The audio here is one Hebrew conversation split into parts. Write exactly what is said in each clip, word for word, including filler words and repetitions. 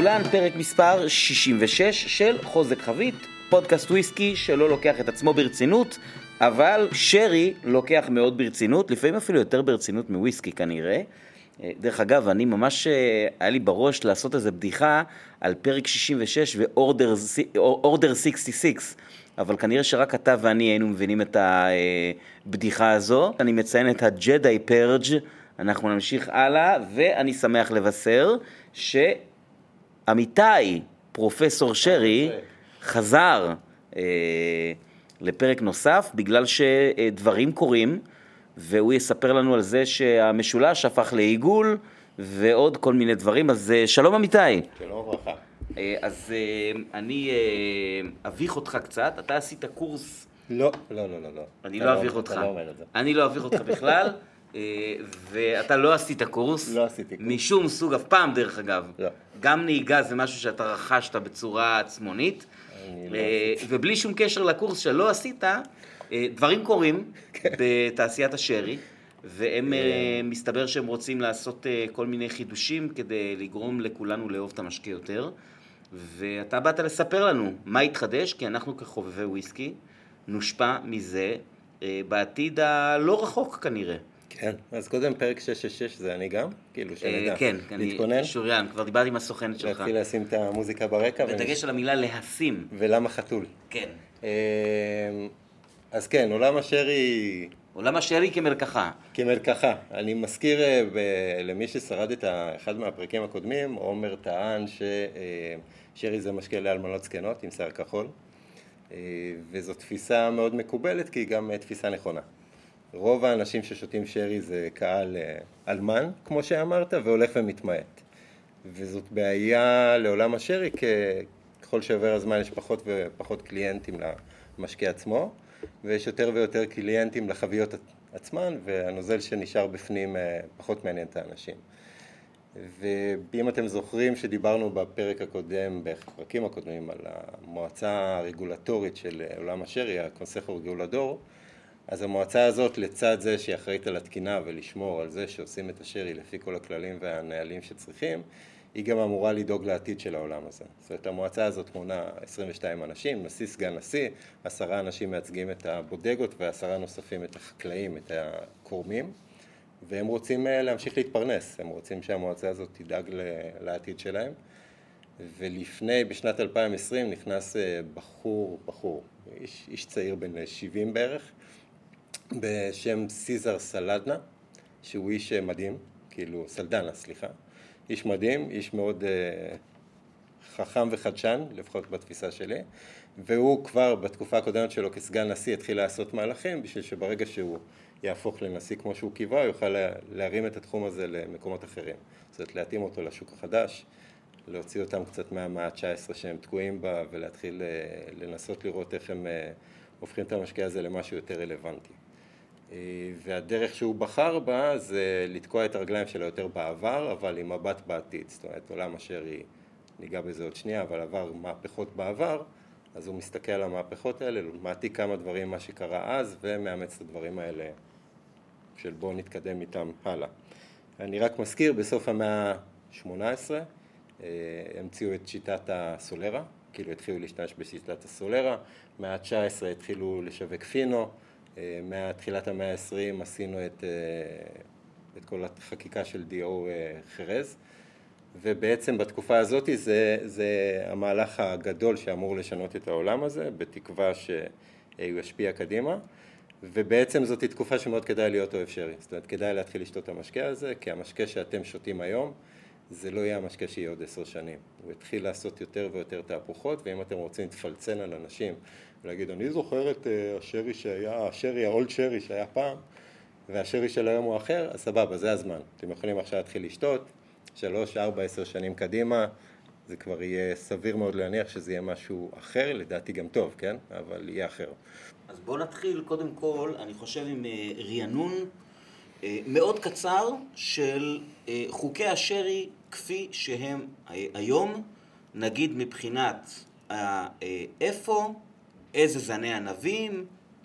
אהלן, פרק מספר שישים ושש של חוזק חבית, פודקאסט וויסקי שלא לוקח את עצמו ברצינות, אבל שרי לוקח מאוד ברצינות, לפעמים אפילו יותר ברצינות מוויסקי כנראה. דרך אגב, אני ממש, היה לי בראש לעשות איזו בדיחה על פרק שישים ושש ואורדר שישים ושש, אבל כנראה שרק אתה ואני היינו מבינים את הבדיחה הזו. אני מציין את הג'די פרג', אנחנו נמשיך הלאה, ואני שמח לבשר שעמיתי, פרופסור שרי, חזר אה, לפרק נוסף, בגלל שדברים קורים, והוא יספר לנו על זה שהמשולש הפך לעיגול, ועוד כל מיני דברים. אז שלום אמיתי. שלום וברכה. אז אני אביך אותך קצת, אתה עשית קורס... לא, לא, לא, לא. אני לא אביך אותך. אני לא אביך אותך בכלל, ואתה לא עשית קורס. לא עשיתי קורס. משום סוג, אף פעם דרך אגב. לא. גם נהיגה זה משהו שאתה רכשת בצורה עצמונית, ובלי שום קשר לקורס שלא עשית, דברים קורים בתעשיית השרי, והם מסתבר שהם רוצים לעשות כל מיני חידושים כדי לגרום לכולנו לאהוב את המשקה יותר, ואתה באת לספר לנו מה התחדש, כי אנחנו כחובבי וויסקי נושפע מזה בעתיד הלא רחוק כנראה. כן, אז קודם פרק שש שש שש זה אני גם, כאילו שנדע. כן, להתכונן. אני שוריין, כבר דיברתי עם הסוכנת שלך. להתחיל לשים את המוזיקה ברקע. ודגש על המילה להשים. ולמה חתול. כן. אז כן, עולם השרי... עולם השרי כמלקחה. כמלקחה. אני מזכיר ב- למי ששרד את אחד מהפרקים הקודמים, עומר טען ששרי זה משקה לאלמנות זקנות עם שיער כחול, וזו תפיסה מאוד מקובלת, כי היא גם תפיסה נכונה. רוב האנשים ששותים שרי זה קהל אלמן, כמו שאמרת, והולך ומתמעט. וזאת בעיה לעולם השרי, ככל שעובר הזמן יש פחות ופחות קליינטים למשקה עצמו, ויש יותר ויותר קליינטים לחביות עצמן, והנוזל שנשאר בפנים פחות מעניין את האנשים. ואם אתם זוכרים שדיברנו בפרק הקודם, בפרקים הקודמים, על המועצה הרגולטורית של עולם השרי, הקונסחו רגולדור, אז המועצה הזאת, לצד זה שהיא אחראית על התקינה ולשמור על זה שעושים את השרי לפי כל הכללים והנהלים שצריכים, היא גם אמורה לדאוג לעתיד של העולם הזה. זאת אומרת, המועצה הזאת מונה עשרים ושתיים אנשים, נשיא, סגן נשיא, עשרה אנשים מייצגים את הבודגות ועשרה נוספים את החקלאים, את הקורמים, והם רוצים להמשיך להתפרנס, הם רוצים שהמועצה הזאת תדאג לעתיד שלהם. ולפני, בשנת אלפיים ועשרים, נכנס בחור, בחור, איש, איש צעיר בן שבעים בערך, בשם סיזר סלדנה, שהוא איש מדהים, כאילו סלדנה, סליחה. איש מדהים, איש מאוד uh, חכם וחדשן, לפחות בתפיסה שלי, והוא כבר בתקופה הקודמת שלו כסגן נשיא התחיל לעשות מהלכים, בשביל שברגע שהוא יהפוך לנשיא כמו שהוא קיווה, הוא יוכל להרים את התחום הזה למקומות אחרים. זאת אומרת, להתאים אותו לשוק החדש, להוציא אותם קצת מהמאה ה-תשע עשרה שהם תקועים בה, ולהתחיל uh, לנסות לראות איך הם uh, הופכים את המשקה הזה למשהו יותר רלוונטי. והדרך שהוא בחר בה זה לתקוע את הרגליים שלו יותר בעבר, אבל עם מבט בעתיד. זאת אומרת, עולם השרי, ניגע בזה עוד שנייה, אבל עבר מהפכות בעבר, אז הוא מסתכל על המהפכות האלה, מעתיק כמה דברים מה שקרה אז, ומאמץ את הדברים האלה של בואו נתקדם איתם הלאה. אני רק מזכיר, בסוף המאה ה-שמונה עשרה, המציאו את שיטת הסולרה, כאילו התחילו להשתמש בשיטת הסולרה, מהמאה ה-תשע עשרה התחילו לשווק פינו, מתחילת המאה ה-עשרים עשינו את, את כל החקיקה של די או חרז, ובעצם בתקופה הזאת זה, זה המהלך הגדול שאמור לשנות את העולם הזה, בתקווה שהוא ישפיע קדימה, ובעצם זאת תקופה שמאוד כדאי להיות אוהב שרי. זאת אומרת, כדאי להתחיל לשתות את המשקה הזה, כי המשקה שאתם שותים היום, זה לא יהיה המשקה שיהיה עוד עשר שנים. הוא התחיל לעשות יותר ויותר תהפוכות, ואם אתם רוצים להתפלצן על אנשים, ולהגיד, אני זוכר את השרי שהיה, השרי, האולד שרי שהיה פעם, והשרי של היום הוא אחר, אז סבבה, זה הזמן. אתם יכולים עכשיו להתחיל לשתות, שלוש, ארבע, עשר שנים קדימה, זה כבר יהיה סביר מאוד להניח שזה יהיה משהו אחר, לדעתי גם טוב, כן? אבל יהיה אחר. אז בואו נתחיל קודם כל, אני חושב עם רענון מאוד קצר של חוקי השרי כפי שהם היום, נגיד מבחינת איפה, איזה זני ענבים,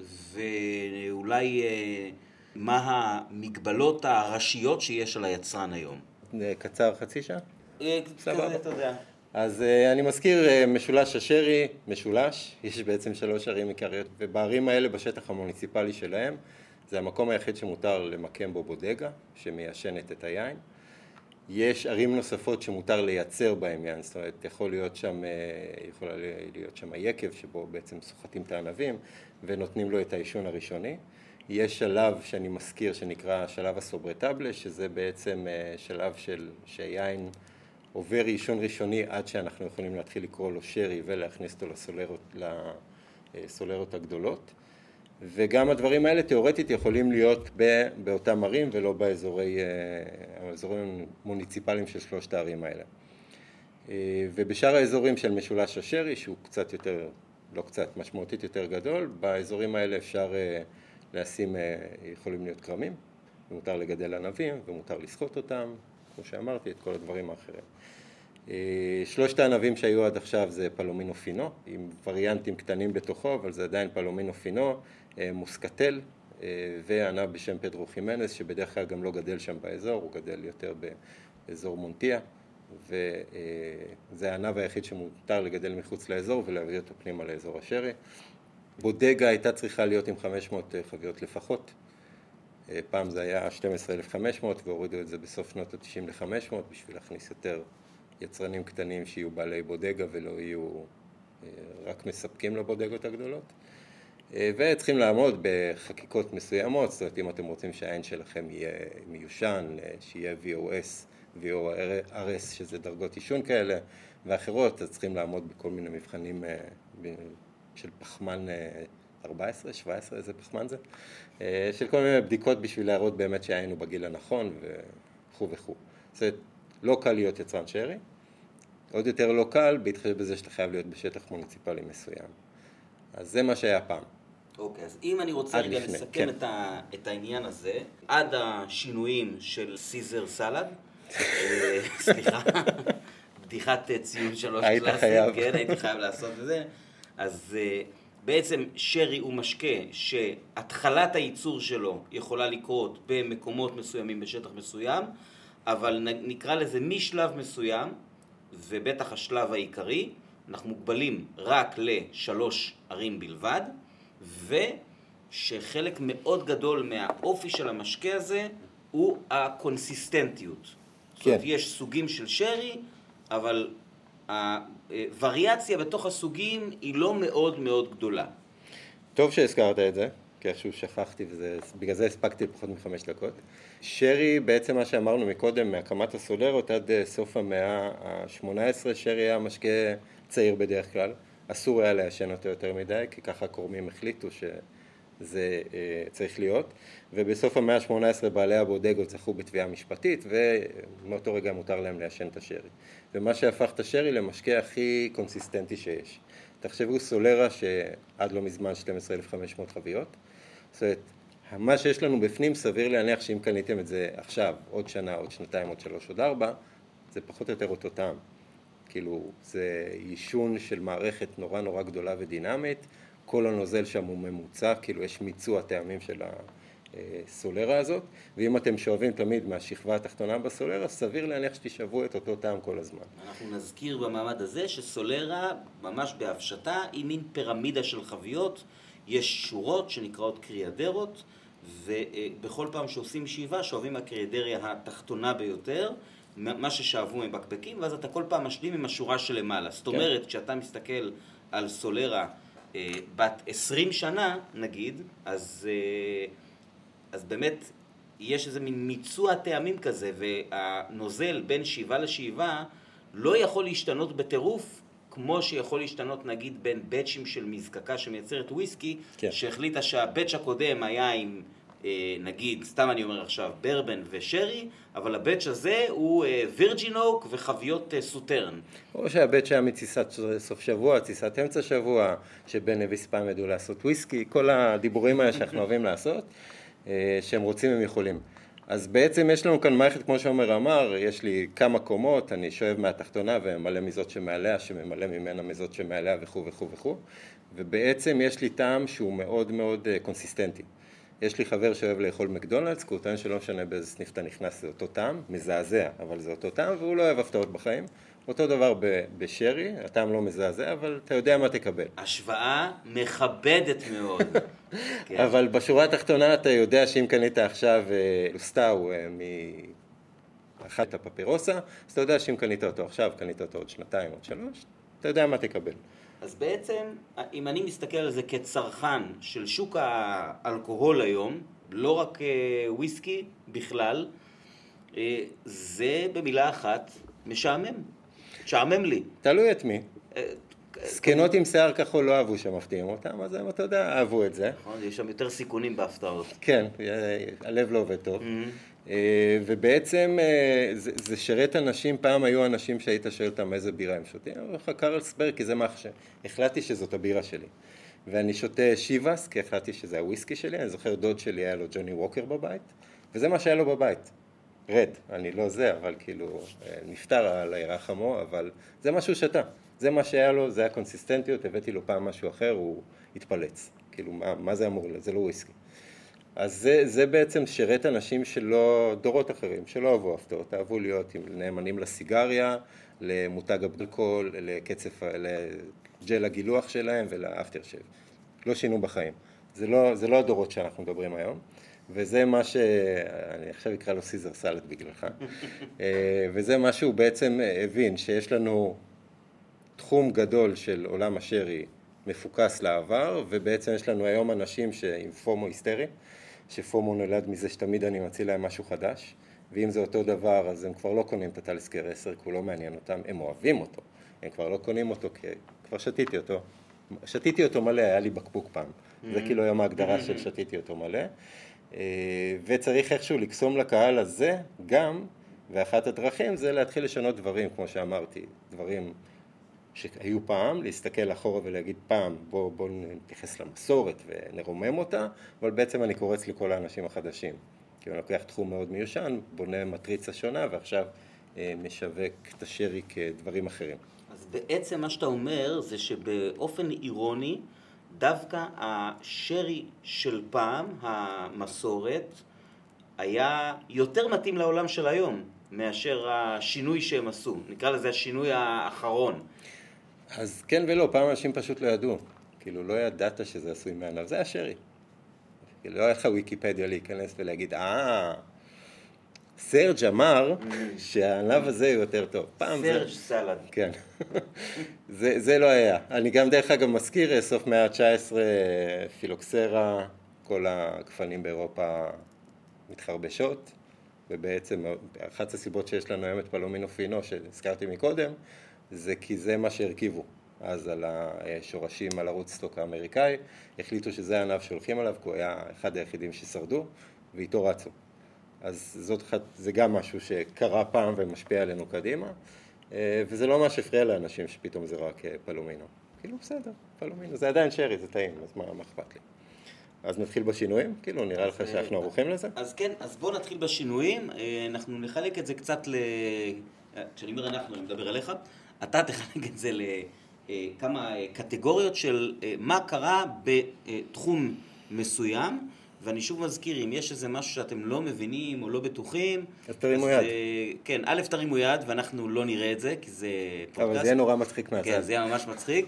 ואולי מה המגבלות הראשיות שיש על היצרן היום. קצר חצי שעה? כזה, אתה יודע. אז אני מזכיר משולש השרי, משולש, יש בעצם שלוש ערים עיקריות, ובערים האלה בשטח המוניציפלי שלהם, זה המקום היחיד שמותר למקם בו בודגה, שמיישנת את היין. יש ערים נוספות שמותר לייצר בהם יין, זאת אומרת, יכול להיות שם, יכולה להיות שם היקב, שבו בעצם סוחטים את הענבים, ונותנים לו את העישון הראשוני. יש שלב שאני מזכיר שנקרא שלב הסוברטבלה, שזה בעצם שלב של שיין עובר עישון ראשוני עד שאנחנו יכולים להתחיל לקרוא לו שרי ולהכניס אותו לסולרות, לסולרות הגדולות. וגם הדברים האלה תיאורטית יכולים להיות באותם ערים ולא באזורי, האזורים מוניציפליים של שלושת הערים האלה. ובשאר האזורים של משולש השרי, שהוא קצת יותר, לא קצת, משמעותית יותר גדול, באזורים האלה אפשר לשים, יכולים להיות קרמים, ומותר לגדל ענבים, ומותר לסחוט אותם, כמו שאמרתי, את כל הדברים האחרים. שלושת הענבים שהיו עד עכשיו זה פלומינו פינו, עם וריאנטים קטנים בתוכו, אבל זה עדיין פלומינו פינו, מוסקטל, וענב בשם פדרו חימנס, שבדרך כלל גם לא גדל שם באזור, הוא גדל יותר באזור מונטיה, וזה הענב היחיד שמותר לגדל מחוץ לאזור ולהביא אותו פנימה לאזור השרי. בודגה הייתה צריכה להיות עם חמש מאות חביות לפחות, פעם זה היה שנים עשר אלף וחמש מאות והורידו את זה בסוף שנות ה-תשעים ל-חמש מאות בשביל להכניס יותר יצרנים קטנים שיהיו בעלי בודגה ולא יהיו רק מספקים לבודגות הגדולות. וצריכים לעמוד בחקיקות מסוימות, זאת אומרת אם אתם רוצים שהעין שלכם יהיה מיושן, שיהיה וי או אס, וי או אר אס שזה דרגות עישון כאלה ואחרות, אז צריכים לעמוד בכל מיני מבחנים של פחמן ארבע עשרה, שבע עשרה, איזה פחמן זה, של כל מיני בדיקות בשביל להראות באמת שהעין הוא בגיל הנכון וכו' וכו'. זה לא קל להיות יצרן שרי, עוד יותר לא קל בהתחשב בזה שאתה חייב להיות בשטח מוניציפלי מסוים. אז זה מה שהיה פעם. אוקיי, אז אם אני רוצה רגע לפני, לסכם כן. את, ה, את העניין הזה, עד השינויים של סיזר סלד, סליחה, בדיחת ציון שלוש קלאסית, כן, הייתי חייב לעשות את זה, אז בעצם שרי הוא משקה שהתחלת הייצור שלו יכולה לקרות במקומות מסוימים בשטח מסוים, אבל נקרא לזה משלב מסוים, ובטח השלב העיקרי, אנחנו מוגבלים רק לשלוש ערים בלבד, ושחלק מאוד גדול מהאופי של המשקה הזה הוא הקונסיסטנטיות. כן. זאת אומרת, יש סוגים של שרי, אבל הווריאציה בתוך הסוגים היא לא מאוד מאוד גדולה. טוב שהזכרת את זה, כי איכשהו שכחתי ובגלל זה הספקתי פחות מחמש דקות. שרי, בעצם מה שאמרנו מקודם, מהקמת הסולרות עד סוף המאה ה-שמונה עשרה, שרי היה משקה צעיר בדרך כלל. אסור היה לעשן אותו יותר מדי, כי ככה הקורמים החליטו שזה אה, צריך להיות. ובסוף המאה ה-שמונה עשרה בעלי הבודגות זכו בתביעה משפטית, ומאותו רגע מותר להם לעשן את השרי. ומה שהפך את השרי למשקה הכי קונסיסטנטי שיש. תחשבו סולרה שעד לא מזמן שנים עשר אלף וחמש מאות חביות. זאת אומרת, מה שיש לנו בפנים סביר להניח שאם קניתם את זה עכשיו, עוד שנה, עוד שנתיים, עוד שלוש, עוד ארבע, זה פחות או יותר אותו טעם. כאילו, זה יישון של מערכת נורא נורא גדולה ודינמית, כל הנוזל שם הוא ממוצע, כאילו יש מיצוע טעמים של הסולרה הזאת, ואם אתם שואבים תמיד מהשכבה התחתונה בסולרה, סביר להניח שתשאבו את אותו טעם כל הזמן. אנחנו נזכיר במעמד הזה שסולרה, ממש בהפשטה, היא מין פירמידה של חביות, יש שורות שנקראות קריאדרות, ובכל פעם שעושים שאיבה, שואבים מהקריאדריה התחתונה ביותר, מה ששאבו הם בקבקים, ואז אתה כל פעם משלים עם השורה שלמעלה. זאת אומרת, כן. כשאתה מסתכל על סולרה אה, בת עשרים שנה, נגיד, אז, אה, אז באמת יש איזה מין מיצוע טעמים כזה, והנוזל בין שאיבה לשאיבה לא יכול להשתנות בטירוף, כמו שיכול להשתנות נגיד בין בצ'ים של מזקקה שמייצרת וויסקי, כן. שהחליטה שהבצ' הקודם היה עם... נגיד, סתם אני אומר עכשיו, ברבן ושרי, אבל הבץ' הזה הוא וירג'ין אוק וחביות סוטרן. או שהבץ' היה מציסת סוף שבוע, ציסת אמצע שבוע, שבן נביס פעם ידעו לעשות וויסקי, כל הדיבורים האלה שאנחנו אוהבים לעשות, שהם רוצים הם יכולים. אז בעצם יש לנו כאן מערכת, כמו שאומר אמר, יש לי כמה קומות, אני שואב מהתחתונה וממלא מזאת שמעליה, שממלא ממנה מזאת שמעליה וכו' וכו' וכו', ובעצם יש לי טעם שהוא מאוד מאוד קונסיסטנטי. יש לי חבר שאוהב לאכול מקדונלדס, כי הוא טוען שלא משנה באיזה סניף אתה נכנס, זה אותו טעם, מזעזע, אבל זה אותו טעם, והוא לא אוהב הפתעות בחיים. אותו דבר בשרי, הטעם לא מזעזע, אבל אתה יודע מה תקבל. השוואה מכבדת מאוד. כן. אבל בשורה התחתונה אתה יודע שאם קנית עכשיו לוסטאו מאחת הפפירוסה, אז אתה יודע שאם קנית אותו עכשיו, קנית אותו עוד שנתיים, עוד שלוש, אתה יודע מה תקבל. אז בעצם, אם אני מסתכל על זה כצרכן של שוק האלכוהול היום, לא רק וויסקי בכלל, זה במילה אחת משעמם. משעמם לי. תלוי את מי. סקנות עם שיער כחול לא אהבו שמפתיעים אותם, אז הם, אתה יודע, אהבו את זה. נכון, יש שם יותר סיכונים בהפתעות. כן, הלב לא עובד טוב. ובעצם זה, זה שרת אנשים, פעם היו אנשים שהיית שואל אותם איזה בירה הם שותים, אבל לך קרלסברג, כי זה מה שהחלטתי שזאת הבירה שלי. ואני שותה שיבאס, כי החלטתי שזה הוויסקי שלי, אני זוכר דוד שלי היה לו ג'וני ווקר בבית, וזה מה שהיה לו בבית. רד, אני לא זה, אבל כאילו נפטר על הירחמו, אבל זה מה שהוא שתה. זה מה שהיה לו, זה היה קונסיסטנטיות, הבאתי לו פעם משהו אחר, הוא התפלץ. כאילו, מה, מה זה אמור? זה לא וויסקי. אז זה, זה בעצם שרת אנשים שלא, דורות אחרים, שלא אהבו הפתעות, אהבו להיות עם נאמנים לסיגריה, למותג הבלקול, לקצף, לג'ל הגילוח שלהם ולאפטר שייב. לא שינו בחיים. זה לא, זה לא הדורות שאנחנו מדברים היום. וזה מה שאני עכשיו אקרא לו סיזר סלט בגללך, וזה מה שהוא בעצם הבין, שיש לנו תחום גדול של עולם השרי מפוקס לעבר, ובעצם יש לנו היום אנשים עם פומו היסטרי, שפומו נולד מזה שתמיד אני מציע להם משהו חדש, ואם זה אותו דבר אז הם כבר לא קונים את הטליסקר עשר, כי הוא לא מעניין אותם, הם אוהבים אותו, הם כבר לא קונים אותו, כי כבר שתיתי אותו, שתיתי אותו מלא, היה לי בקבוק פעם, זה כאילו היום ההגדרה של שתיתי אותו מלא, וצריך איכשהו לקסום לקהל הזה גם, ואחת הדרכים זה להתחיל לשנות דברים, כמו שאמרתי, דברים שהיו פעם, להסתכל אחורה ולהגיד פעם, בוא, בוא נתייחס למסורת ונרומם אותה, אבל בעצם אני קורץ לכל האנשים החדשים, כי אני לוקח תחום מאוד מיושן, בונה מטריצה שונה, ועכשיו משווק את השרי כדברים אחרים. אז בעצם מה שאתה אומר זה שבאופן אירוני, דווקא השרי של פעם, המסורת, היה יותר מתאים לעולם של היום, מאשר השינוי שהם עשו. נקרא לזה השינוי האחרון. אז כן ולא, פעם אנשים פשוט לא ידעו. כאילו, לא ידעת שזה עשוי מענב. זה השרי. כאילו, לא היה לך וויקיפדיה להיכנס ולהגיד, אה, סרג' אמר שהענב הזה הוא יותר טוב. סרג' סלד. כן. זה, זה לא היה. אני גם דרך אגב מזכיר, סוף מאה ה-תשע עשרה, פילוקסרה, כל הגפנים באירופה מתחרבשות, ובעצם אחת הסיבות שיש לנו היום את פלומינו פינו, שהזכרתי מקודם, זה כי זה מה שהרכיבו. אז על השורשים, על הרודסטוק האמריקאי, החליטו שזה הענב שהולכים עליו, כי הוא היה אחד היחידים ששרדו, ואיתו רצו. אז זאת, זה גם משהו שקרה פעם ומשפיע עלינו קדימה, וזה לא מה שהפריע לאנשים שפתאום זה רק פלומינו. כאילו בסדר, פלומינו, זה עדיין שרי, זה טעים, אז מה, מה אכפת לי? אז נתחיל בשינויים? כאילו, נראה לך שאנחנו ערוכים לזה? אז כן, אז בואו נתחיל בשינויים, אנחנו נחלק את זה קצת ל... כשאני אומר אנחנו, אני מדבר עליך, אתה תחלק את זה לכמה קטגוריות של מה קרה בתחום מסוים, ואני שוב מזכיר, אם יש איזה משהו שאתם לא מבינים או לא בטוחים, אז תרימו יד. כן, א' תרימו יד, ואנחנו לא נראה את זה, כי זה פודקאסט. אבל זה יהיה נורא מצחיק מהצד. כן, זה יהיה ממש מצחיק,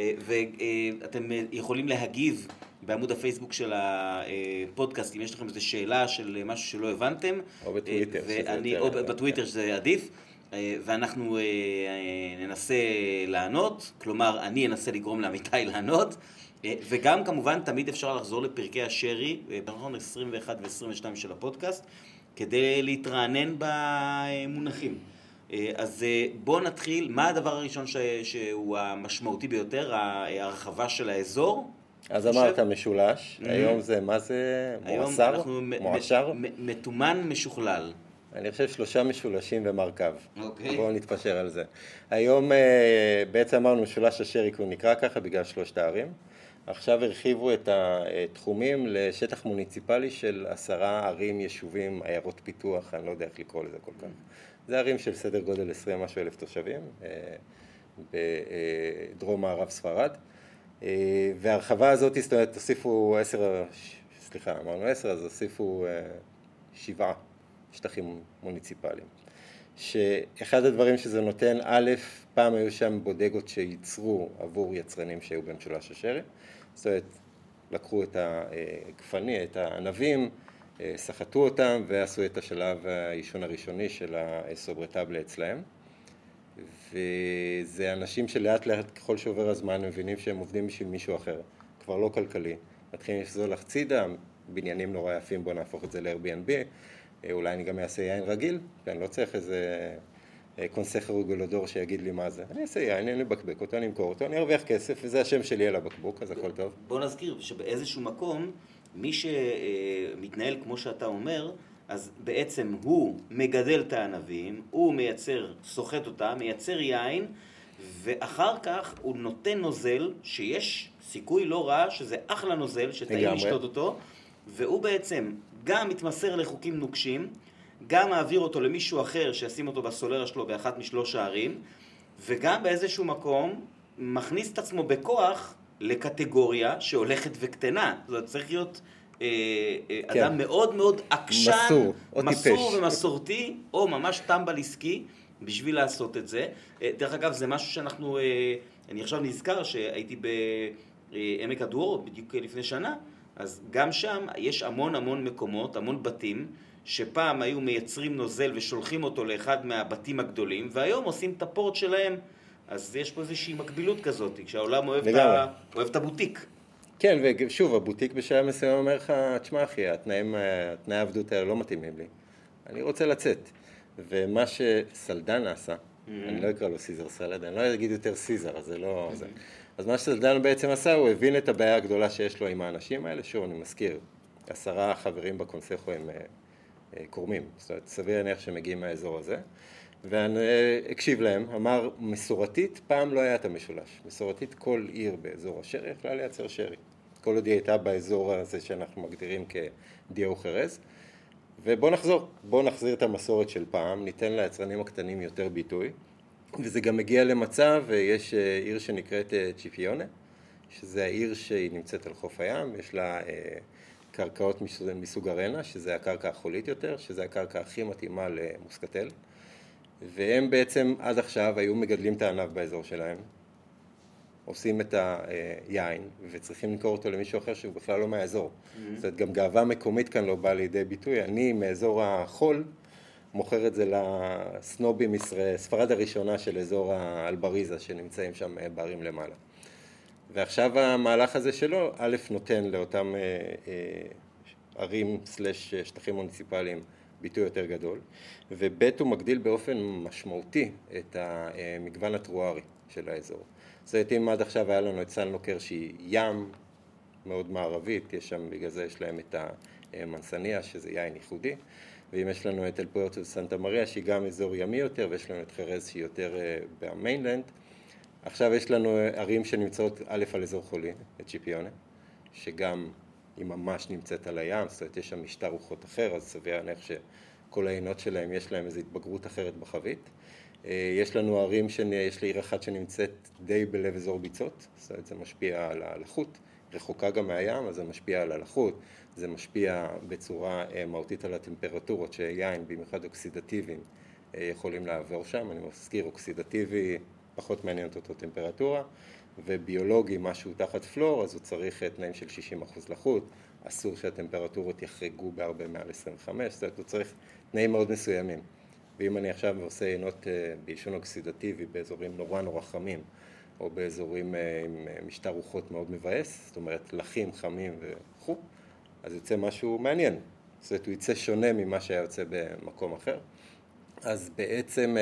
ואתם יכולים להגיב בעמוד הפייסבוק של הפודקאסט, אם יש לכם איזו שאלה של משהו שלא הבנתם. או בטוויטר. ואני, או בטוויטר שזה עדיף. ואנחנו ננסה לענות, כלומר, אני אנסה לגרום לעמיתי לענות. וגם כמובן תמיד אפשר לחזור לפרקי השרי, פרקון עשרים ואחת ו-עשרים ושתיים של הפודקאסט, כדי להתרענן במונחים. אז בואו נתחיל, מה הדבר הראשון ש... שהוא המשמעותי ביותר, ההרחבה של האזור? אז אמרת משולש, היום זה, מה זה? מועשר? מועשר? מתומן משוכלל. אני חושב שלושה משולשים ומרכב. אוקיי. בואו נתפשר על זה. היום בעצם אמרנו משולש השרי, כי הוא נקרא ככה בגלל שלושת הערים. עכשיו הרחיבו את התחומים לשטח מוניציפלי של עשרה ערים, יישובים, עיירות פיתוח, אני לא יודע איך לקרוא לזה כל כך. זה ערים של סדר גודל עשרים משהו אלף תושבים, בדרום מערב ספרד. וההרחבה הזאת, זאת אומרת, תוסיפו עשר, סליחה, אמרנו עשר, אז תוסיפו שבעה שטחים מוניציפליים. שאחד הדברים שזה נותן, א', פעם היו שם בודגות שייצרו עבור יצרנים שהיו במשולש השרי, זאת אומרת, לקחו את הגפני, את הענבים, סחטו אותם ועשו את השלב העישון הראשוני של הסוברטבלה אצלהם. וזה אנשים שלאט לאט ככל שעובר הזמן מבינים שהם עובדים בשביל מישהו אחר, כבר לא כלכלי. מתחילים לפזול לחצידה, בניינים נורא יפים, בוא נהפוך את זה ל-Airbnb, אולי אני גם אעשה יין רגיל, ואני לא צריך איזה קונסחר רגולדור שיגיד לי מה זה. אני אעשה יין, אני מבקבק אותו, אני אמכור אותו, אני ארוויח כסף, וזה השם שלי על הבקבוק, אז הכל טוב. בוא נזכיר שבאיזשהו מקום, מי שמתנהל כמו שאתה אומר, אז בעצם הוא מגדל את הענבים, הוא מייצר, סוחט אותה, מייצר יין, ואחר כך הוא נותן נוזל, שיש סיכוי לא רע, שזה אחלה נוזל, שטעים לשתות אותו, והוא בעצם גם מתמסר לחוקים נוקשים, גם מעביר אותו למישהו אחר שישים אותו בסולרה שלו באחת משלוש הערים, וגם באיזשהו מקום מכניס את עצמו בכוח לקטגוריה שהולכת וקטנה. זאת אומרת, צריך להיות אה, אה, כן. אדם מאוד מאוד עקשן, מסור, מסור ומסורתי, או ממש טמבל עסקי, בשביל לעשות את זה. אה, דרך אגב, זה משהו שאנחנו, אה, אני עכשיו נזכר שהייתי בעמק הדור, בדיוק לפני שנה, אז גם שם יש המון המון מקומות, המון בתים, שפעם היו מייצרים נוזל ושולחים אותו לאחד מהבתים הגדולים, והיום עושים את הפורט שלהם, אז יש פה איזושהי מקבילות כזאת, כשהעולם אוהב, את, ה... אוהב את הבוטיק. כן, ושוב, הבוטיק בשלב מסוים אומר לך, תשמע אחי, התנאים, התנאי העבדות האלה לא מתאימים לי, אני רוצה לצאת. ומה שסלדן עשה, mm-hmm. אני לא אקרא לו סיזר סלד, אני לא אגיד יותר סיזר, אז זה לא... Mm-hmm. זה. אז מה שסלדן בעצם עשה, הוא הבין את הבעיה הגדולה שיש לו עם האנשים האלה, שוב, אני מזכיר, עשרה חברים בקונסחו הם קורמים, זאת אומרת, סביר להניח שמגיעים מהאזור הזה, ואני הקשיב להם, אמר, מסורתית, פעם לא היה את המשולש, מסורתית כל עיר באזור השרי יכלה לייצר שרי, כל עוד היא הייתה באזור הזה שאנחנו מגדירים כדיהו חרז, ובוא נחזור, בוא נחזיר את המסורת של פעם, ניתן ליצרנים הקטנים יותר ביטוי, וזה גם מגיע למצב, יש עיר שנקראת צ'יפיונה, שזה העיר שהיא נמצאת על חוף הים, יש לה קרקעות מסוג ארנה, שזה הקרקע החולית יותר, שזה הקרקע הכי מתאימה למוסקטל, והם בעצם עד עכשיו היו מגדלים את הענב באזור שלהם, עושים את היין, וצריכים למכור אותו למישהו אחר שהוא בכלל לא מהאזור. Mm-hmm. זאת אומרת, גם גאווה מקומית כאן לא באה לידי ביטוי. אני מאזור החול, מוכר את זה לסנובים ישראל, ספרד הראשונה של אזור האלבריזה, שנמצאים שם בערים למעלה. ועכשיו המהלך הזה שלו, א' נותן לאותם אה, אה, ערים סלש שטחים מוניציפליים ביטוי יותר גדול, וב' הוא מגדיל באופן משמעותי את המגוון הטרוארי של האזור. זאת אומרת, אם עד עכשיו היה לנו את סן לוקר שהיא ים מאוד מערבית, יש שם, בגלל זה יש להם את המנסניה, שזה יין ייחודי, ואם יש לנו את אל פוארטו וסנטה מריה, שהיא גם אזור ימי יותר, ויש לנו את חרז שהיא יותר במיינלנד, עכשיו יש לנו ערים שנמצאות א' על אזור חולי, את צ'יפיונה, שגם היא ממש נמצאת על הים, זאת אומרת, יש שם משטר רוחות אחר, אז סביר להניח שכל העינות שלהם יש להם איזו התבגרות אחרת בחבית. יש לנו ערים, יש לי עיר אחת שנמצאת די בלב אזור ביצות, זאת אומרת, זה משפיע על הלחות, רחוקה גם מהים, אז זה משפיע על הלחות, זה משפיע בצורה מהותית על הטמפרטורות, שיין, במיוחד אוקסידטיביים, יכולים לעבור שם. אני מזכיר, אוקסידטיבי פחות מעניינת אותו טמפרטורה, וביולוגי, משהו תחת פלור, אז הוא צריך תנאים של שישים אחוז לחות, אסור שהטמפרטורות יחרגו בהרבה מעל עשרים וחמש, זאת אומרת, הוא צריך תנאים מאוד מסוימים. ואם אני עכשיו עושה עינות בעישון אוקסידטיבי באזורים נורא נורא חמים, או באזורים עם משטר רוחות מאוד מבאס, זאת אומרת, לחים, חמים וכו', אז יוצא משהו מעניין. זאת אומרת, הוא יצא שונה ממה שהיה יוצא במקום אחר. אז בעצם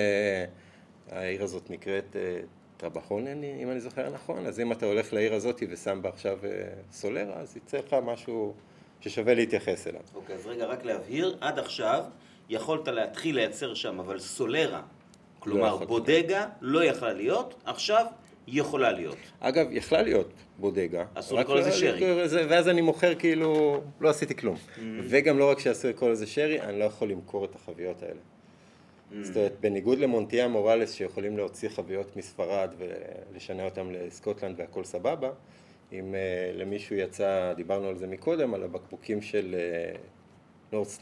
העיר הזאת נקראת טרבחון, אם אני זוכר נכון, אז אם אתה הולך לעיר הזאת ושם בה עכשיו סולרה, אז יצא לך משהו ששווה להתייחס אליו. אוקיי, אז רגע, רק להבהיר, עד עכשיו יכולת להתחיל לייצר שם, אבל סולרה, כלומר לא בודגה, לא יכלה להיות, עכשיו היא יכולה להיות. אגב, יכלה להיות בודגה. אסור לקרוא לזה שרי. ואז אני מוכר כאילו, לא עשיתי כלום. Mm-hmm. וגם לא רק שאסור לקרוא לזה שרי, אני לא יכול למכור את החביות האלה. Mm-hmm. זאת אומרת, בניגוד למונטיה מורלס, שיכולים להוציא חביות מספרד ולשנה אותם לסקוטלנד והכל סבבה, אם uh, למישהו יצא, דיברנו על זה מקודם, על הבקבוקים של נורדסטאר.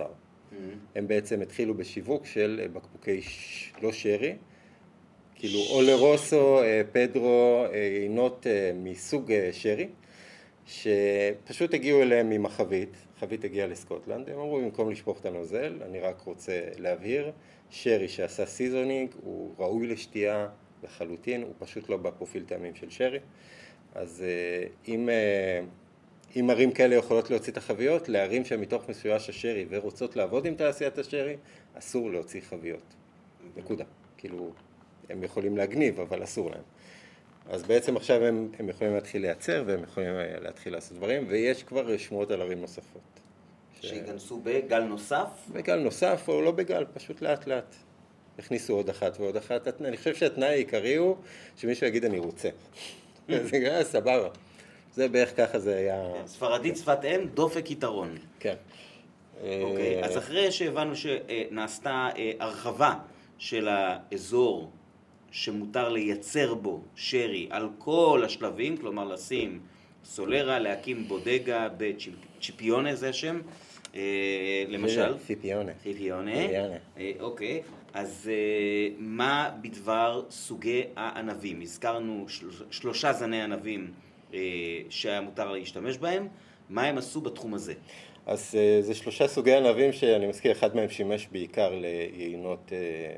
הם בעצם התחילו בשיווק של בקבוקי ש... לא שרי, כאילו אולרוסו, פדרו, עינות מסוג שרי, שפשוט הגיעו אליהם עם החבית, החבית הגיעה לסקוטלנד, הם אמרו במקום לשפוך את הנוזל, אני רק רוצה להבהיר, שרי שעשה סיזונינג הוא ראוי לשתייה לחלוטין, הוא פשוט לא בפרופיל טעמים של שרי, אז אם, אם ערים כאלה יכולות להוציא את החביות, לערים שמתוך מסויש השרי ורוצות לעבוד עם תעשיית השרי, אסור להוציא חביות, נקודה, כאילו הם יכולים להגניב אבל אסור להם. אז בעצם עכשיו הם, הם יכולים להתחיל לייצר והם יכולים להתחיל לעשות דברים, ויש כבר שמועות על ערים נוספות. שיגנסו בגל נוסף? בגל נוסף או לא בגל, פשוט לאט לאט. הכניסו עוד אחת ועוד אחת. אני חושב שהתנאי העיקרי הוא שמישהו יגיד אני רוצה. זה היה סבבה. זה בערך ככה זה היה... ספרדית שפת אם, דופק יתרון. כן. אוקיי, אז אחרי שהבנו שנעשתה הרחבה של האזור שמותר לייצר בו שרי על כל השלבים, כלומר לשים סולרה, להקים בודגה בצ'יפיונה, זה השם, למשל. פיפיונה. פיפיונה. אוקיי, אז מה בדבר סוגי הענבים? הזכרנו שלושה זני ענבים שהיה מותר להשתמש בהם, מה הם עשו בתחום הזה? אז זה שלושה סוגי ענבים שאני מזכיר, אחד מהם שימש בעיקר ליינות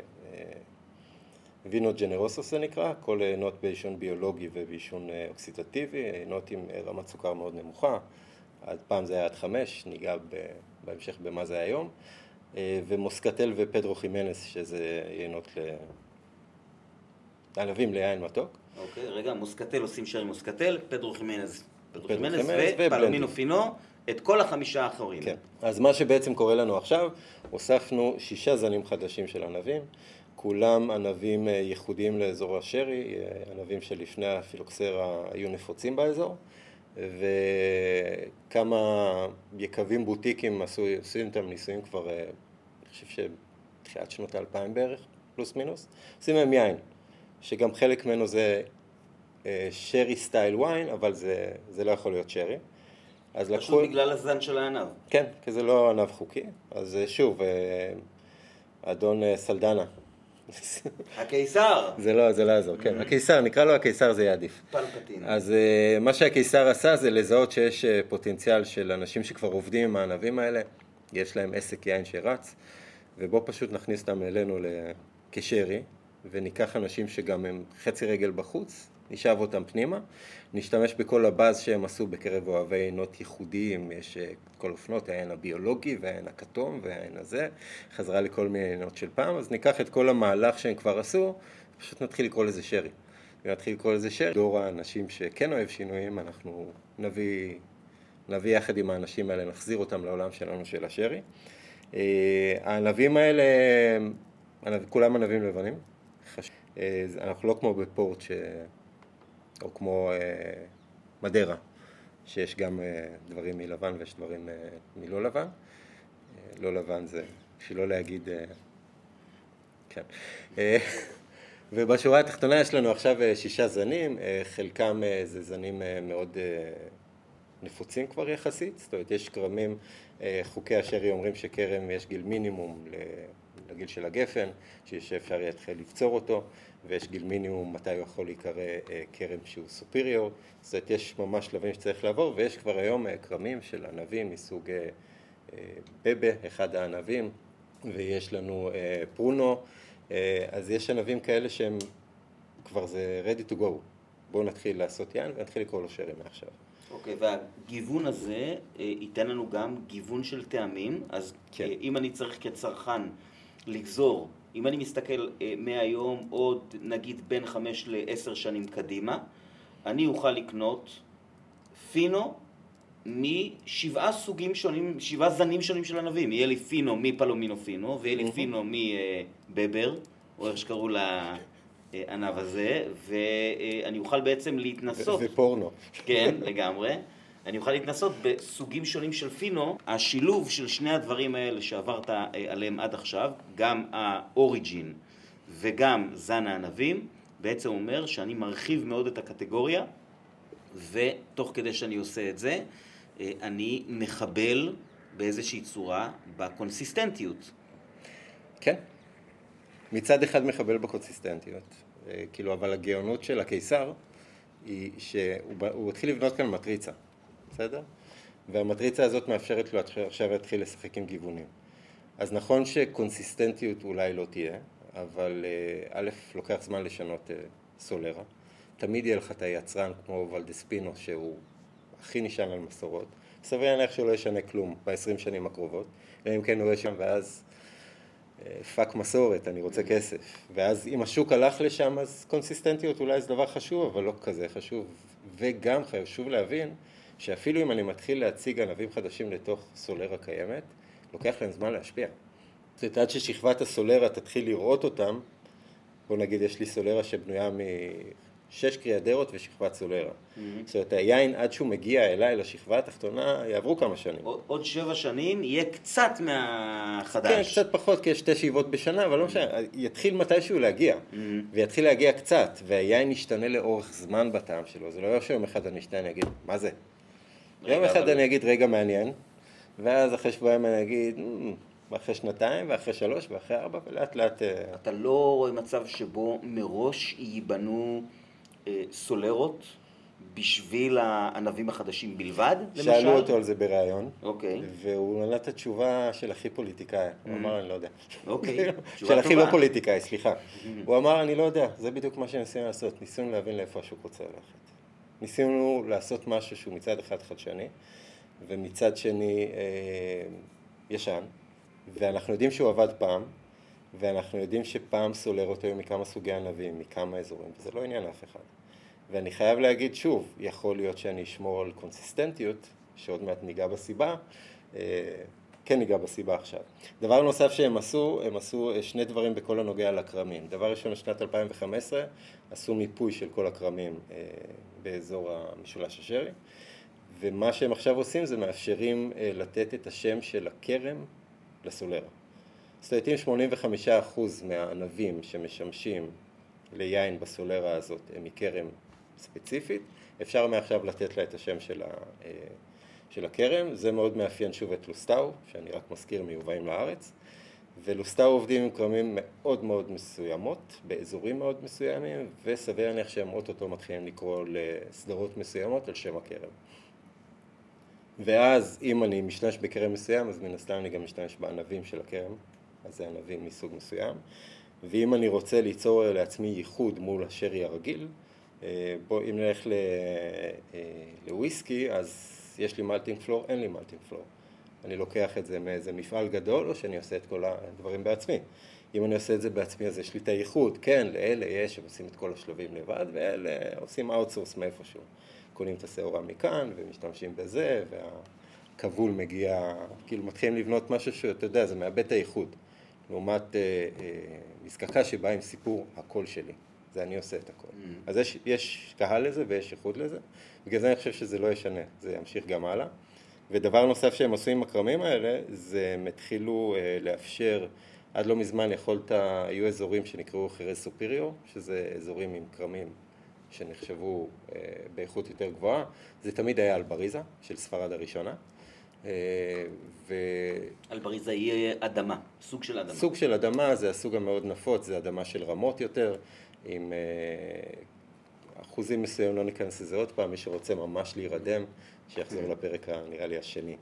וינו ג'נרוסוס זה נקרא, כל יינות בעישון ביולוגי ובעישון אוקסידטיבי, יינות עם רמת סוכר מאוד נמוכה, עד פעם זה היה עד חמש, ניגע בהמשך במה זה היום, ומוסקטל ופדרו חימנס שזה יינות לענבים ליין מתוק. אוקיי, רגע, מוסקטל עושים שרי מוסקטל, פדרו חימנס, פדרו חימנס ופלומינו פינו, את כל החמישה האחרים. כן, אז מה שבעצם קורה לנו עכשיו, הוספנו שישה זנים חדשים של ענבים, כולם ענבים ייחודיים לאזור השרי, ענבים שלפני הפילוקסרה היו נפוצים באזור, וכמה יקבים בוטיקים עשו, עושים אותם ניסויים כבר, אני חושב שתחילת שנות האלפיים בערך, פלוס מינוס, עושים מהם יין, שגם חלק ממנו זה שרי סטייל וויין, אבל זה, זה לא יכול להיות שרי. פשוט לקחו... בגלל הזן של הענב. כן, כי זה לא ענב חוקי, אז שוב, אדון סלדנה, הקיסר. זה לא, זה לא יעזור, כן. הקיסר, נקרא לו הקיסר, זה יהיה עדיף. פלפטין. אז מה שהקיסר עשה זה לזהות שיש פוטנציאל של אנשים שכבר עובדים עם הענבים האלה, יש להם עסק יין שרץ, ובוא פשוט נכניס אותם אלינו כשרי, וניקח אנשים שגם הם חצי רגל בחוץ, נשאב אותם פנימה, נשתמש בכל הבאז שהם עשו בקרב אוהבי עינות ייחודיים, יש כל אופנות, העין הביולוגי והעין הכתום והעין הזה, חזרה לכל מיני עינות של פעם, אז ניקח את כל המהלך שהם כבר עשו, פשוט נתחיל לקרוא לזה שרי. ונתחיל לקרוא לזה שרי. דור האנשים שכן אוהב שינויים, אנחנו נביא, נביא יחד עם האנשים האלה, נחזיר אותם לעולם שלנו של השרי. הענבים האלה, כולם ענבים לבנים. אנחנו לא כמו בפורט ש... או כמו אה, מדרה, שיש גם אה, דברים מלבן ויש דברים אה, מלא לבן. אה, לא לבן זה, שלא להגיד, אה, כן. אה, ובשורה התחתונה יש לנו עכשיו אה, שישה זנים, אה, חלקם אה, זה זנים אה, מאוד אה, נפוצים כבר יחסית, זאת אומרת יש קרמים, אה, חוקי השרי אומרים שקרם יש גיל מינימום לגיל של הגפן, שאפשר יתחיל לפצור אותו, ויש גיל מינימום מתי הוא יכול להיקרא קרם שהוא סופיריור, זאת אומרת יש ממש שלבים שצריך לעבור, ויש כבר היום קרמים של ענבים מסוג בבה, אחד הענבים, ויש לנו פרונו, אז יש ענבים כאלה שהם כבר זה ready to go, בואו נתחיל לעשות יין ונתחיל לקרוא לו שרי מעכשיו. אוקיי, והגיוון הזה ייתן לנו גם גיוון של טעמים, אז כן. אם אני צריך כצרכן לגזור, אם אני מסתכל מהיום עוד נגיד בין חמש לעשר שנים קדימה, אני אוכל לקנות פינו משבעה סוגים שונים, שבעה זנים שונים של ענבים. יהיה לי פינו מפלומינו פינו, ויהיה לי פינו מבבר, או איך שקראו לענב הזה, ואני אוכל בעצם להתנסות. ופורנו. כן, לגמרי. אני אוכל להתנסות בסוגים שונים של פינו. השילוב של שני הדברים האלה שעברת עליהם עד עכשיו, גם האוריג'ין וגם זן הענבים, בעצם אומר שאני מרחיב מאוד את הקטגוריה, ותוך כדי שאני עושה את זה, אני מחבל באיזושהי צורה בקונסיסטנטיות. כן. מצד אחד מחבל בקונסיסטנטיות, כאילו, אבל הגאונות של הקיסר היא שהוא התחיל לבנות כאן מטריצה, בסדר? והמטריצה הזאת מאפשרת לו עכשיו להתחיל לשחק עם גיוונים. אז נכון שקונסיסטנטיות אולי לא תהיה, אבל א', לוקח זמן לשנות סולרה. תמיד יהיה לך את היצרן כמו ולדספינו, שהוא הכי נשען על מסורות. סביר להניח שהוא לא ישנה כלום ב-עשרים שנים הקרובות, אם כן הוא יהיה שם, ואז פאק מסורת, אני רוצה כסף. ואז אם השוק הלך לשם, אז קונסיסטנטיות אולי זה דבר חשוב, אבל לא כזה חשוב. וגם חשוב להבין שאפילו אם אני מתחיל להציג ענבים חדשים לתוך סולרה קיימת, לוקח להם זמן להשפיע. זאת אומרת, עד ששכבת הסולרה תתחיל לראות אותם, בוא נגיד יש לי סולרה שבנויה משש קריאדרות ושכבת סולרה. Mm-hmm. זאת אומרת, היין עד שהוא מגיע אליי לשכבה התחתונה, יעברו כמה שנים. עוד שבע שנים יהיה קצת מהחדש. כן, קצת פחות, כי יש שתי שאיבות בשנה, אבל לא משנה, יתחיל מתישהו להגיע, mm-hmm. ויתחיל להגיע קצת, והיין ישתנה לאורך זמן בטעם שלו. זה לא יהיה שיום אחד אני אשתנה, אני אגיד, מה זה? יום אחד אבל... אני אגיד, רגע מעניין, ואז אחרי שבועיים אני אגיד, אחרי שנתיים, ואחרי שלוש, ואחרי ארבע, ולאט לאט... אתה לא רואה מצב שבו מראש ייבנו אה, סולרות בשביל הענבים החדשים בלבד, למשל? שאלו אותו על זה בראיון, אוקיי. והוא נתן את התשובה של הכי פוליטיקאי, mm-hmm. הוא אמר, אני לא יודע. אוקיי, של הכי לא פוליטיקאי, סליחה. Mm-hmm. הוא אמר, אני לא יודע, זה בדיוק מה שניסינו לעשות, ניסינו להבין לאיפה השוק רוצה ללכת. ניסינו לעשות משהו שהוא מצד אחד חדשני, ומצד שני אה, ישן, ואנחנו יודעים שהוא עבד פעם, ואנחנו יודעים שפעם סולרות היו מכמה סוגי ענבים, מכמה אזורים, וזה לא עניין אף אחד. ואני חייב להגיד שוב, יכול להיות שאני אשמור על קונסיסטנטיות, שעוד מעט ניגע בסיבה, אה, כן ניגע בסיבה עכשיו. דבר נוסף שהם עשו, הם עשו שני דברים בכל הנוגע לקרמים. דבר ראשון, בשנת אלפיים וחמש עשרה, עשו מיפוי של כל הקרמים אה, באזור המשולש השרי, ומה שהם עכשיו עושים זה מאפשרים אה, לתת את השם של הכרם לסולרה. זאת אומרת, אם שמונים וחמישה אחוז מהענבים שמשמשים ליין בסולרה הזאת הם מכרם ספציפית, אפשר מעכשיו לתת לה את השם של, ה, אה, של הכרם. זה מאוד מאפיין שוב את לוסטאו, שאני רק מזכיר מיובאים לארץ. ולוסטאו עובדים עם קרמים מאוד מאוד מסוימות, באזורים מאוד מסוימים, וסביר להניח שהם אוטוטו מתחילים לקרוא לסדרות מסוימות על שם הכרם. ואז אם אני משתמש בכרם מסוים, אז מן הסתם אני גם משתמש בענבים של הכרם, אז זה ענבים מסוג מסוים. ואם אני רוצה ליצור לעצמי ייחוד מול השרי הרגיל, בוא, אם נלך לוויסקי, אז יש לי מלטינג פלור, אין לי מלטינג פלור. אני לוקח את זה מאיזה מפעל גדול, או שאני עושה את כל הדברים בעצמי. אם אני עושה את זה בעצמי, אז יש לי את הייחוד. כן, לאלה יש, הם עושים את כל השלבים לבד, ואלה עושים אאוטסורס מאיפשהו. קונים את השעורה מכאן, ומשתמשים בזה, והכבול מגיע, כאילו מתחילים לבנות משהו שאתה יודע, זה מאבד את הייחוד. לעומת אה, אה, מזקקה שבאה עם סיפור הקול שלי. זה אני עושה את הכל. Mm. אז יש, יש קהל לזה ויש ייחוד לזה. בגלל זה אני חושב שזה לא ישנה, זה ימשיך גם הלאה. ודבר נוסף שהם עושים עם הקרמים האלה, זה הם התחילו אה, לאפשר, עד לא מזמן יכולת, היו אזורים שנקראו חירז סופיריור, שזה אזורים עם קרמים שנחשבו אה, באיכות יותר גבוהה. זה תמיד היה אלבריזה, של ספרד הראשונה. אה, ו... אלבריזה היא אדמה, סוג של אדמה. סוג של אדמה, זה הסוג המאוד נפוץ, זה אדמה של רמות יותר, עם אה, אחוזים מסוים, לא ניכנס לזה עוד פעם, מי שרוצה ממש להירדם, שיחזור לפרק נראה לי השני.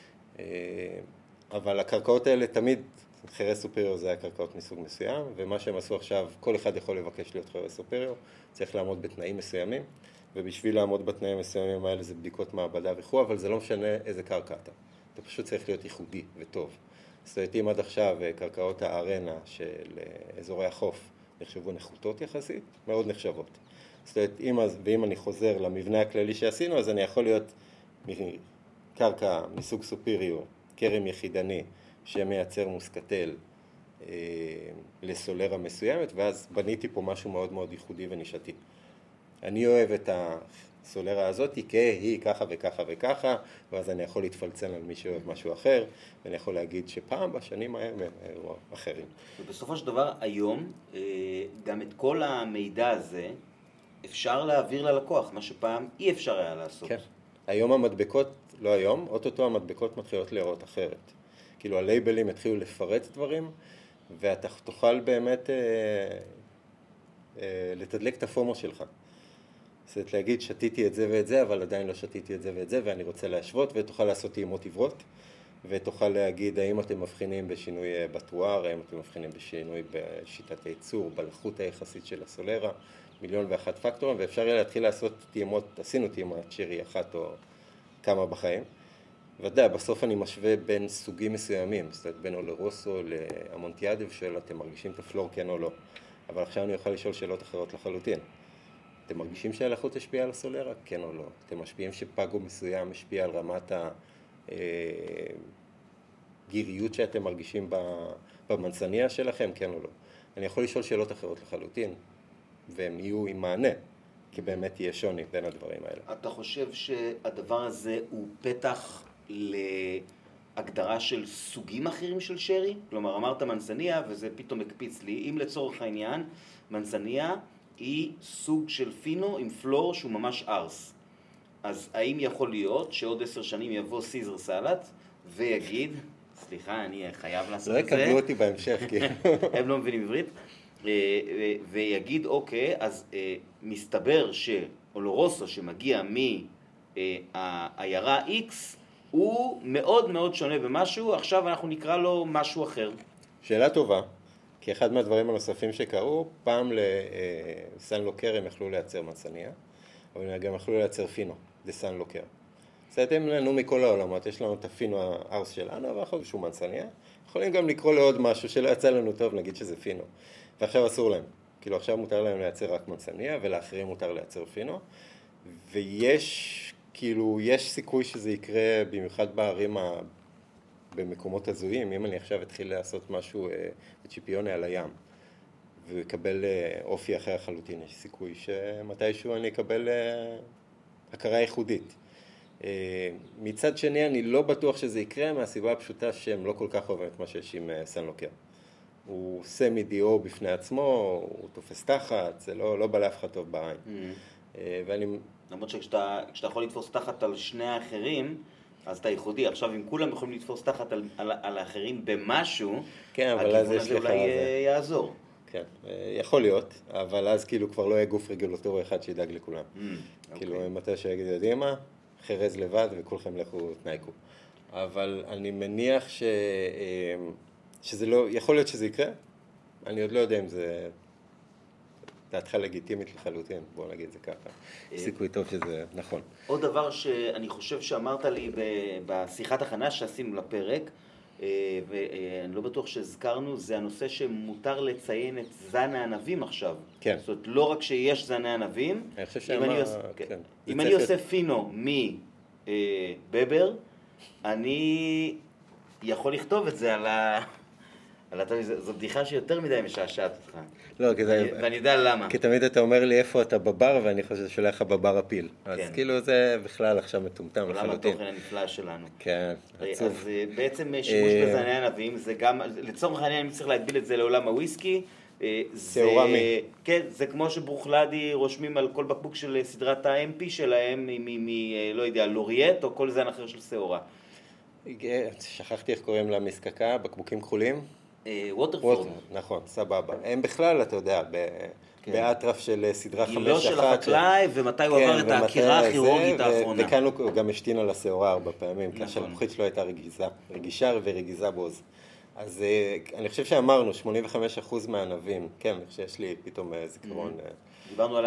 אבל הקרקעות האלה תמיד, חירז סופיריור זה היה קרקעות מסוג מסוים, ומה שהם עשו עכשיו, כל אחד יכול לבקש להיות חירז סופיריור, צריך לעמוד בתנאים מסוימים, ובשביל לעמוד בתנאים מסוימים האלה זה בדיקות מעבדה וכו', אבל זה לא משנה איזה קרקע אתה. אתה פשוט צריך להיות ייחודי וטוב. זאת אומרת, אם עד עכשיו קרקעות הארנה של אזורי החוף נחשבו נחותות יחסית, מאוד נחשבות. זאת אומרת, אם, ואם אני חוזר למבנה הכללי שעשינו, אז אני יכול להיות מקרקע מסוג סופיריור, קרם יחידני שמייצר מוסקטל אה, לסולרה מסוימת, ואז בניתי פה משהו מאוד מאוד ייחודי ונישתי. אני אוהב את הסולרה הזאת, כי היא ככה וככה וככה, ואז אני יכול להתפלצן על מי שאוהב משהו אחר, ואני יכול להגיד שפעם בשנים ההם היו אחרים. ובסופו של דבר, היום, גם את כל המידע הזה, אפשר להעביר ללקוח, מה שפעם אי אפשר היה לעשות. כן. היום המדבקות לא היום, אוטוטו המדבקות מתחילות להיראות אחרת. כאילו הלייבלים התחילו לפרט דברים, ואתה תוכל באמת אה, אה, לתדלק את הפומו שלך. זאת אומרת, להגיד, שתיתי את זה ואת זה, אבל עדיין לא שתיתי את זה ואת זה, ואני רוצה להשוות, ותוכל לעשות טעימות עברות, ותוכל להגיד האם אתם מבחינים בשינוי בטרואר, האם אתם מבחינים בשינוי בשיטת הייצור, בלחות היחסית של הסולרה, מיליון ואחת פקטורים, ואפשר יהיה להתחיל לעשות טעימות, עשינו טעימת שרי אחת או כמה בחיים. ודאי, בסוף אני משווה בין סוגים מסוימים, זאת אומרת, בין אולרוסו לאמונטיאדה, ושואל, אתם מרגישים את הפלור כן או לא? אבל עכשיו אני אוכל לשאול שאלות אחרות לחלוטין. אתם מרגישים שהלחות השפיעה על הסולרה? כן או לא? אתם משפיעים שפגו מסוים משפיע על רמת הגיריות שאתם מרגישים במנסניה שלכם? כן או לא? אני יכול לשאול שאלות אחרות לחלוטין, והם יהיו עם מענה, כי באמת יהיה שוני בין הדברים האלה. אתה חושב שהדבר הזה הוא פתח להגדרה של סוגים אחרים של שרי? כלומר, אמרת מנסניה, וזה פתאום הקפיץ לי. אם לצורך העניין, מנסניה היא סוג של פינו עם פלור שהוא ממש ארס. אז האם יכול להיות שעוד עשר שנים יבוא סיזר סלט ויגיד, סליחה, אני חייב לעשות לא את זה. לא יקבלו אותי בהמשך, כי... הם לא מבינים עברית. ויגיד, אוקיי, אז מסתבר שאולורוסו שמגיע מהעיירה X, הוא מאוד מאוד שונה במשהו, עכשיו אנחנו נקרא לו משהו אחר. שאלה טובה. כי אחד מהדברים הנוספים שקרו, פעם לסן לוקר הם יכלו לייצר מנסניה, אבל הם גם יכלו לייצר פינו, לסן לוקר. סייתם לנו מכל העולמות, יש לנו את הפינו הארס שלנו, ואנחנו איזשהו מנסניה, יכולים גם לקרוא לעוד משהו שלא יצא לנו טוב, נגיד שזה פינו. ועכשיו אסור להם, כאילו עכשיו מותר להם לייצר רק מנסניה, ולאחרים מותר לייצר פינו, ויש, כאילו, יש סיכוי שזה יקרה במיוחד בערים ה... במקומות הזויים, אם אני עכשיו אתחיל לעשות משהו בצ'יפיונה על הים, ויקבל אופי אחר לחלוטין, יש סיכוי שמתישהו אני אקבל הכרה ייחודית. מצד שני, אני לא בטוח שזה יקרה, מהסיבה הפשוטה שהם לא כל כך אוהבים את מה שיש עם סן לוקר. הוא סמי דיו בפני עצמו, הוא תופס תחת, זה לא, לא בא לאף אחד טוב בעין. Mm-hmm. ואני... למרות שכשאתה כשאתה יכול לתפוס תחת על שני האחרים, אז אתה ייחודי. עכשיו, אם כולם יכולים לתפוס תחת על, על, על האחרים במשהו, כן, אבל אז יש לך... אולי זה... יעזור. כן, יכול להיות, אבל אז כאילו כבר לא יהיה גוף רגולטורי אחד שידאג לכולם. Mm, כאילו, okay. מתי שיגיד, יודעים מה? חרז לבד וכולכם לכו תנייקו. אבל אני מניח ש... שזה לא... יכול להיות שזה יקרה, אני עוד לא יודע אם זה... דעתך לגיטימית לחלוטין, בואו נגיד זה ככה. סיכוי טוב שזה נכון. עוד דבר שאני חושב שאמרת לי בשיחת הכנה שעשינו לפרק, ואני לא בטוח שהזכרנו, זה הנושא שמותר לציין את זן הענבים עכשיו. כן. זאת אומרת, לא רק שיש זני ענבים, אני חושב שאמר... אם אני עושה פינו מבבר, אני יכול לכתוב את זה על ה... זו בדיחה שיותר מדי משעשעת אותך. לא, ואני יודע למה. כי תמיד אתה אומר לי איפה אתה בבר, ואני חושב שזה שולח לך בבר הפיל. אז כאילו זה בכלל עכשיו מטומטם לחלוטין. עולם התוכן הנפלא שלנו. כן, עצוב. אז בעצם שימוש בזני ענבים, זה גם, לצורך העניין אני צריך להגביל את זה לעולם הוויסקי. סאורמי. כן, זה כמו שברוכלדי רושמים על כל בקבוק של סדרת ה-אם פי שלהם, מ, לא יודע, לוריאט או כל זן אחר של סאורה. שכחתי איך קוראים למזקקה, בקבוקים כחולים. ווטרפורד. נכון, סבבה. הם בכלל, אתה יודע, באטרף של סדרה חמש אחת. גילו של החקלאי, ומתי הוא עבר את העקירה הכירורגית האחרונה. וכאן הוא גם השתין על השעורה ארבע פעמים, כי השלפוחית שלו הייתה רגישה ורגיזה בוז. אז אני חושב שאמרנו, שמונים וחמישה אחוז מהענבים, כן, שיש לי פתאום זיכרון. דיברנו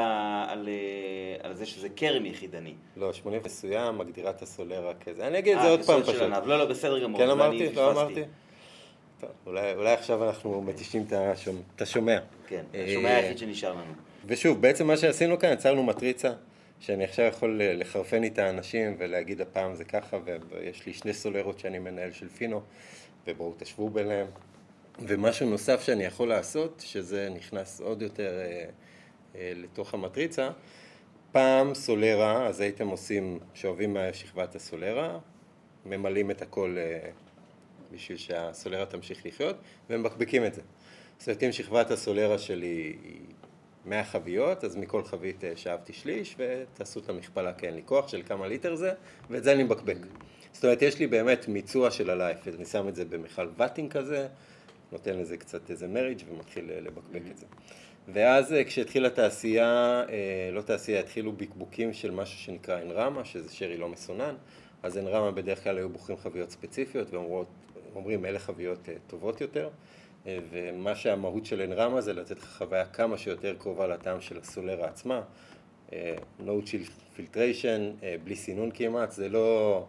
על זה שזה קרם יחידני. לא, שמונים מסוים, מגדירה את הסולרה כזה. אני אגיד את זה עוד פעם פשוט. לא, לא, בסדר גמור. כן אמרתי? לא אמרתי? טוב, אולי, אולי עכשיו אנחנו מתישים את השומע. כן, השומע היחיד שנשאר לנו. ושוב, בעצם מה שעשינו כאן, יצרנו מטריצה, שאני עכשיו יכול לחרפן איתה אנשים ולהגיד הפעם זה ככה, ויש לי שני סולרות שאני מנהל של פינו, ובואו תשבו ביניהם. ומשהו נוסף שאני יכול לעשות, שזה נכנס עוד יותר אה, אה, לתוך המטריצה, פעם סולרה, אז הייתם עושים, שואבים מהשכבת הסולרה, ממלאים את הכל אה, בשביל שהסולרה תמשיך לחיות, ומבקבקים את זה. זאת אומרת, אם שכבת הסולרה שלי היא מאה חביות, אז מכל חבית שאבתי שליש, ותעשו את המכפלה, כי אין לי כוח של כמה ליטר זה, ואת זה אני מבקבק. זאת אומרת, יש לי באמת מיצוע של הלייף, אני שם את זה במכל וטינג כזה, נותן לזה קצת איזה מריג' ומתחיל לבקבק את זה. ואז כשהתחילה תעשייה, לא תעשייה, התחילו בקבוקים של משהו שנקרא אנרמה, שזה שרי לא מסונן, אז אנרמה בדרך כלל היו בוחרים חביות ספציפיות, ואומרים, אלה חביות טובות יותר, ומה שהמהות של אנרמה זה לתת לך חוויה כמה שיותר קרובה לטעם של הסולרה עצמה, no chill filtration, בלי סינון כמעט, זה לא,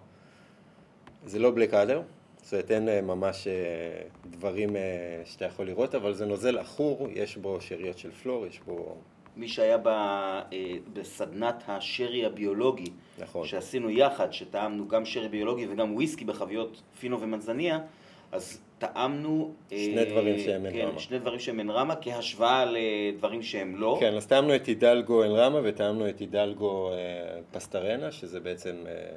זה לא בלק אדר, זאת אומרת, אין ממש דברים שאתה יכול לראות, אבל זה נוזל אחור, יש בו שאריות של פלור, יש בו... מי שהיה בסדנת השרי הביולוגי, נכון. שעשינו יחד, שטעמנו גם שרי ביולוגי וגם וויסקי בחביות פינו ומנזניה, אז טעמנו... שני דברים שהם אין כן, רמה. שני דברים שהם אין רמה, כהשוואה לדברים שהם לא. כן, אז טעמנו את הידלגו אין רמה, וטעמנו את הידלגו פסטרנה, שזה בעצם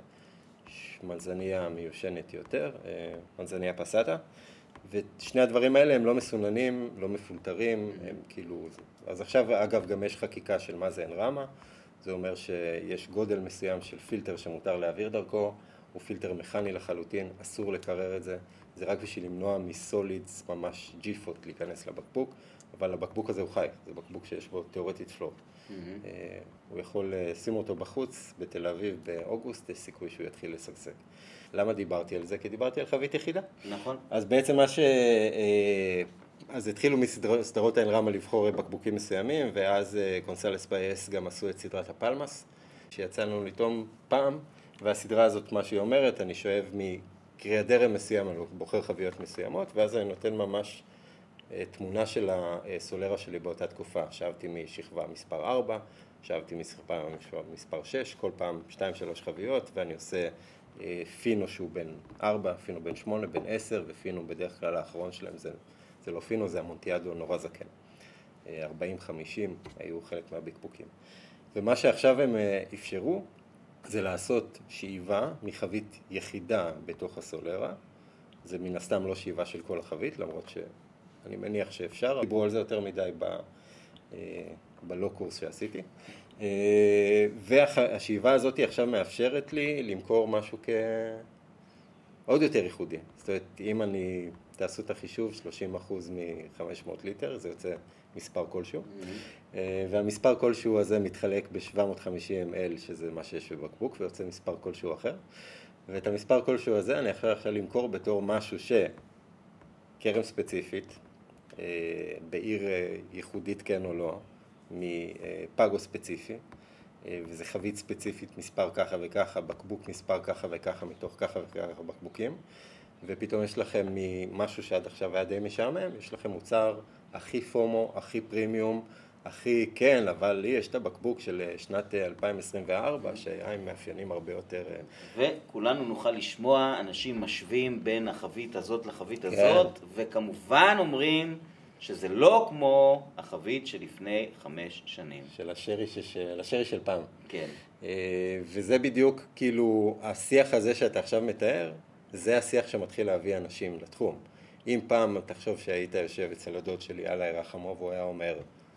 מנזניה מיושנת יותר, מנזניה פסטה, ושני הדברים האלה הם לא מסוננים, לא מפולטרים, הם כאילו... אז עכשיו, אגב, גם יש חקיקה של מה זה אין רמה, זה אומר שיש גודל מסוים של פילטר שמותר להעביר דרכו, הוא פילטר מכני לחלוטין, אסור לקרר את זה, זה רק בשביל למנוע מסולידס ממש ג'יפות להיכנס לבקבוק, אבל הבקבוק הזה הוא חי, זה בקבוק שיש בו תיאורטית פלור. Mm-hmm. הוא יכול לשים אותו בחוץ בתל אביב באוגוסט, יש סיכוי שהוא יתחיל לסגסג. למה דיברתי על זה? כי דיברתי על חבית יחידה. נכון. אז בעצם מה ש... אז התחילו מסדרות האין רמה לבחור בקבוקים מסוימים, ואז קונסלס פייס גם עשו את סדרת הפלמס, שיצא לנו לטעום פעם, והסדרה הזאת, מה שהיא אומרת, אני שואב מקריאדרם מסוים, אני בוחר חביות מסוימות, ואז אני נותן ממש תמונה של הסולרה שלי באותה תקופה. שאבתי משכבה מספר ארבע, שאבתי משכבה מספר שש, כל פעם שתיים שלוש חביות, ואני עושה פינו שהוא בין ארבע, פינו בין שמונה, בין עשר, ופינו בדרך כלל האחרון שלהם זה, זה לא פינו, זה המונטיאדו נורא זקן. ארבעים חמישים היו חלק מהבקבוקים. ומה שעכשיו הם אפשרו, זה לעשות שאיבה מחבית יחידה בתוך הסולרה. זה מן הסתם לא שאיבה של כל החבית, למרות שאני מניח שאפשר. דיברו על זה יותר מדי ב, בלא קורס שעשיתי. והשאיבה הזאת עכשיו מאפשרת לי למכור משהו כעוד יותר ייחודי. זאת אומרת, אם אני, תעשו את החישוב, שלושים אחוז מ-חמש מאות ליטר, זה יוצא מספר כלשהו. Mm-hmm. והמספר כלשהו הזה מתחלק ב-שבע מאות וחמישים מילי, שזה מה שיש בבקבוק, ויוצא מספר כלשהו אחר. ואת המספר כלשהו הזה אני יכול עכשיו למכור בתור משהו שקרם ספציפית, בעיר ייחודית כן או לא, מפאגו ספציפי, וזה חבית ספציפית מספר ככה וככה, בקבוק מספר ככה וככה, מתוך ככה וככה בקבוקים, ופתאום יש לכם משהו שעד עכשיו היה די משעמם, יש לכם מוצר הכי פומו, הכי פרימיום, הכי כן, אבל לי יש את הבקבוק של שנת אלפיים עשרים וארבע, שהיה עם מאפיינים הרבה יותר... וכולנו נוכל לשמוע אנשים משווים בין החבית הזאת לחבית הזאת, כן. וכמובן אומרים שזה לא כמו החבית שלפני חמש שנים. של השרי, של השרי של פעם. כן. וזה בדיוק, כאילו, השיח הזה שאתה עכשיו מתאר, זה השיח שמתחיל להביא אנשים לתחום. אם פעם תחשוב שהיית יושב אצל הדוד שלי, אללה ירחמו, והוא היה אומר,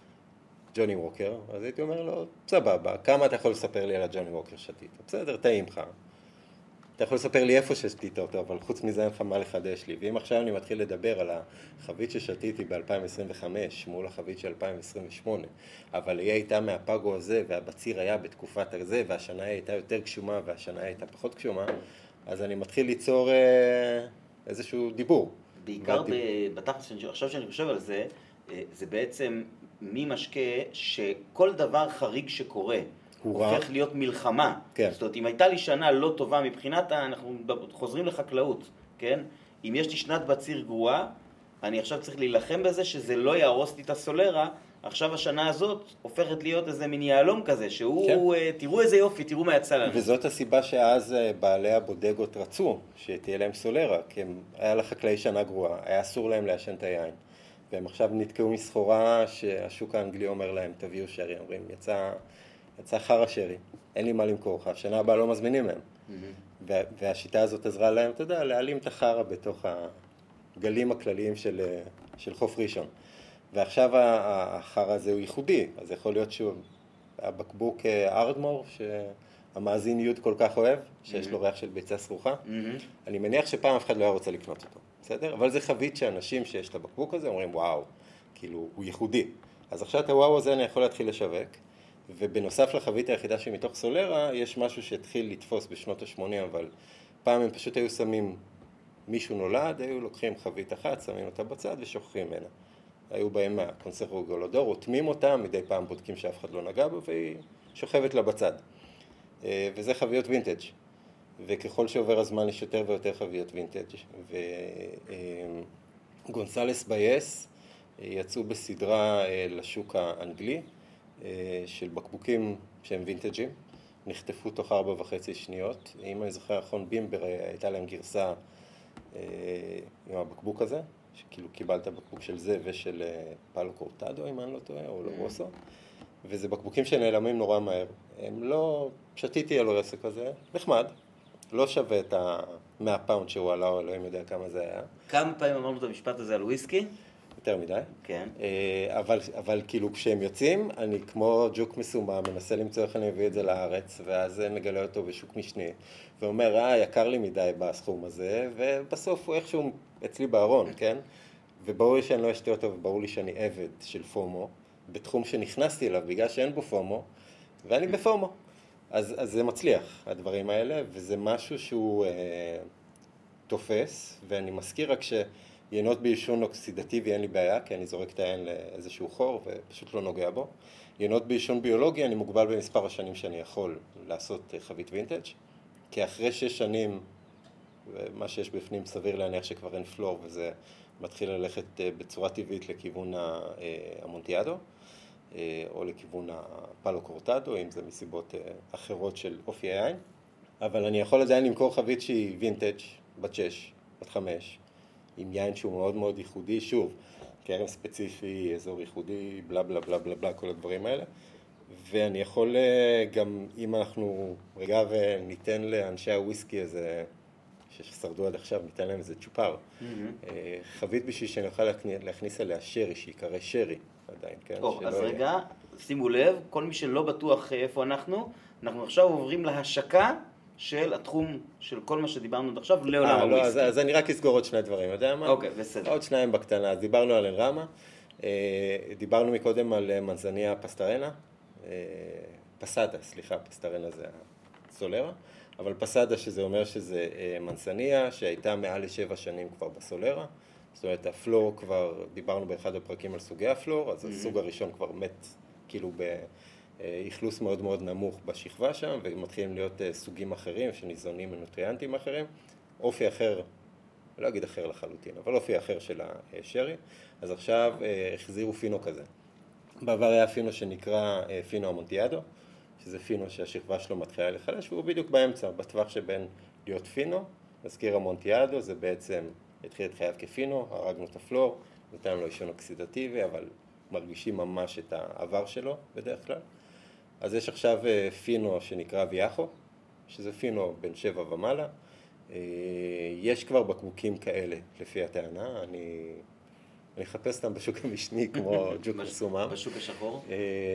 ג'וני ווקר, אז הייתי אומר לו, סבבה, כמה אתה יכול לספר לי על הג'וני ווקר שתית? בסדר, טעים לך. אתה יכול לספר לי איפה ששתית אותו, אבל חוץ מזה אין לך מה לחדש לי. ואם עכשיו אני מתחיל לדבר על החבית ששתיתי ב-אלפיים עשרים וחמש, מול החבית של אלפיים עשרים ושמונה, אבל היא הייתה מהפאגו הזה, והבציר היה בתקופת הזה, והשנה הייתה יותר קשומה, והשנה הייתה פחות קשומה, אז אני מתחיל ליצור אה, איזשהו דיבור. בעיקר בתכלס, עכשיו שאני חושב על זה, זה בעצם ממשקה שכל דבר חריג שקורה, הופך להיות מלחמה. כן. זאת אומרת, אם הייתה לי שנה לא טובה מבחינת, אנחנו חוזרים לחקלאות, כן? אם יש לי שנת בציר גרועה, אני עכשיו צריך להילחם בזה שזה לא יהרוס לי את הסולרה, עכשיו השנה הזאת הופכת להיות איזה מין יעלום כזה, שהוא, כן. תראו איזה יופי, תראו מה יצא לנו. וזאת הסיבה שאז בעלי הבודגות רצו שתהיה להם סולרה, כי הם, היה לחקלאי שנה גרועה, היה אסור להם לעשן את היין. והם עכשיו נתקעו מסחורה שהשוק האנגלי אומר להם, תביאו שרי, אומרים, יצא... יצא חרה שרי, אין לי מה למכור לך, שנה הבאה לא מזמינים להם. Mm-hmm. והשיטה הזאת עזרה להם, אתה יודע, להעלים את החרה בתוך הגלים הכלליים של, של חוף ראשון. ועכשיו החרא הזה הוא ייחודי, אז יכול להיות שהבקבוק ארדמור, שהמאזין יוד כל כך אוהב, שיש לו ריח של ביצה סרוחה, אני מניח שפעם אף אחד לא היה רוצה לקנות אותו, בסדר? אבל זה חבית שאנשים שיש את הבקבוק הזה אומרים, וואו, כאילו, הוא ייחודי. אז עכשיו את הוואו הזה אני יכול להתחיל לשווק, ובנוסף לחבית היחידה שמתוך סולרה, יש משהו שהתחיל לתפוס בשנות ה-שמונים, אבל פעם הם פשוט היו שמים, מישהו נולד, היו לוקחים חבית אחת, שמים אותה בצד ושוכחים ממנה. היו בהם מהקונסרבו גולודור, רותמים אותה, מדי פעם בודקים שאף אחד לא נגע בה, והיא שוכבת לה בצד. וזה חביות וינטג'. וככל שעובר הזמן יש יותר ויותר חביות וינטג'. וגונסלס בייס יצאו בסדרה לשוק האנגלי, של בקבוקים שהם וינטג'ים, נחטפו תוך ארבע וחצי שניות. אם אני זוכר נכון, בימבר הייתה להם גרסה עם הבקבוק הזה, שכאילו קיבלת בקבוק של זה ושל פאלו קורטדו, אם אני לא טועה, או לרוסו, וזה בקבוקים שנעלמים נורא מהר. הם לא, שתיתי על העסק הזה, נחמד, לא שווה את ה-מאה פאונד שהוא עלה, או אלוהים יודע כמה זה היה. כמה פעמים אמרנו את המשפט הזה על וויסקי? יותר מדי. כן. אבל, אבל כאילו כשהם יוצאים, אני כמו ג'וק מסומם, מנסה למצוא איך אני מביא את זה לארץ, ואז מגלה אותו בשוק משני, ואומר, אה, יקר לי מדי בסכום הזה, ובסוף הוא איכשהו אצלי בארון, כן? וברור לי שאני לא אשתה אותו, וברור לי שאני עבד של פומו, בתחום שנכנסתי אליו, בגלל שאין בו פומו, ואני בפומו. אז, אז זה מצליח, הדברים האלה, וזה משהו שהוא אה, תופס, ואני מזכיר רק ש... יינות בעישון אוקסידטיבי אין לי בעיה, כי אני זורק את העין לאיזשהו חור ופשוט לא נוגע בו. יינות בעישון ביולוגי אני מוגבל במספר השנים שאני יכול לעשות חבית וינטג', כי אחרי שש שנים, מה שיש בפנים סביר להניח שכבר אין פלור, וזה מתחיל ללכת בצורה טבעית לכיוון המונטיאדו, או לכיוון הפאלו קורטדו, אם זה מסיבות אחרות של אופי היין. אבל אני יכול עדיין למכור חבית שהיא וינטג' בת שש, בת חמש, עם יין שהוא מאוד מאוד ייחודי, שוב, קרם ספציפי, אזור ייחודי, בלה בלה בלה בלה בלה, כל הדברים האלה. ואני יכול גם, אם אנחנו רגע וניתן לאנשי הוויסקי הזה, ששרדו עד עכשיו, ניתן להם איזה צ'ופר. Mm-hmm. חבית בשביל שאני אוכל להכניס עליה שרי, שיקרא שרי עדיין, כן? או, אז רגע, יהיה. שימו לב, כל מי שלא בטוח איפה אנחנו, אנחנו עכשיו עוברים להשקה, של התחום של כל מה שדיברנו עד עכשיו לעולם הוויסקי. לא, אז, אז אני רק אסגור עוד שני דברים, יודע מה? אוקיי, בסדר. עוד שניים בקטנה. אז דיברנו על אלרמה, דיברנו מקודם על מנזניה פסטרנה, פסדה, סליחה, פסטרנה זה הסולרה, אבל פסדה שזה אומר שזה מנזניה שהייתה מעל לשבע שנים כבר בסולרה, זאת אומרת הפלור כבר, דיברנו באחד הפרקים על סוגי הפלור, אז mm-hmm. הסוג הראשון כבר מת כאילו ב... איכלוס מאוד מאוד נמוך בשכבה שם, ומתחילים להיות סוגים אחרים שניזונים מנוטריאנטים אחרים, אופי אחר, לא אגיד אחר לחלוטין, אבל אופי אחר של השרי. אז עכשיו החזירו פינו כזה. בעבר היה פינו שנקרא פינו המונטיאדו, שזה פינו שהשכבה שלו מתחילה לחלש, והוא בדיוק באמצע, בטווח שבין להיות פינו, נזכיר המונטיאדו, זה בעצם התחיל את חייו כפינו, הרגנו את הפלור, נתנו לו עישון אוקסידטיבי, אבל מרגישים ממש את העבר שלו בדרך כלל. אז יש עכשיו פינו שנקרא ויאחו, שזה פינו בין שבע ומעלה. יש כבר בקבוקים כאלה, לפי הטענה. אני, אני אחפש אותם בשוק המשני, כמו ג'וק מסומם. בשוק השחור.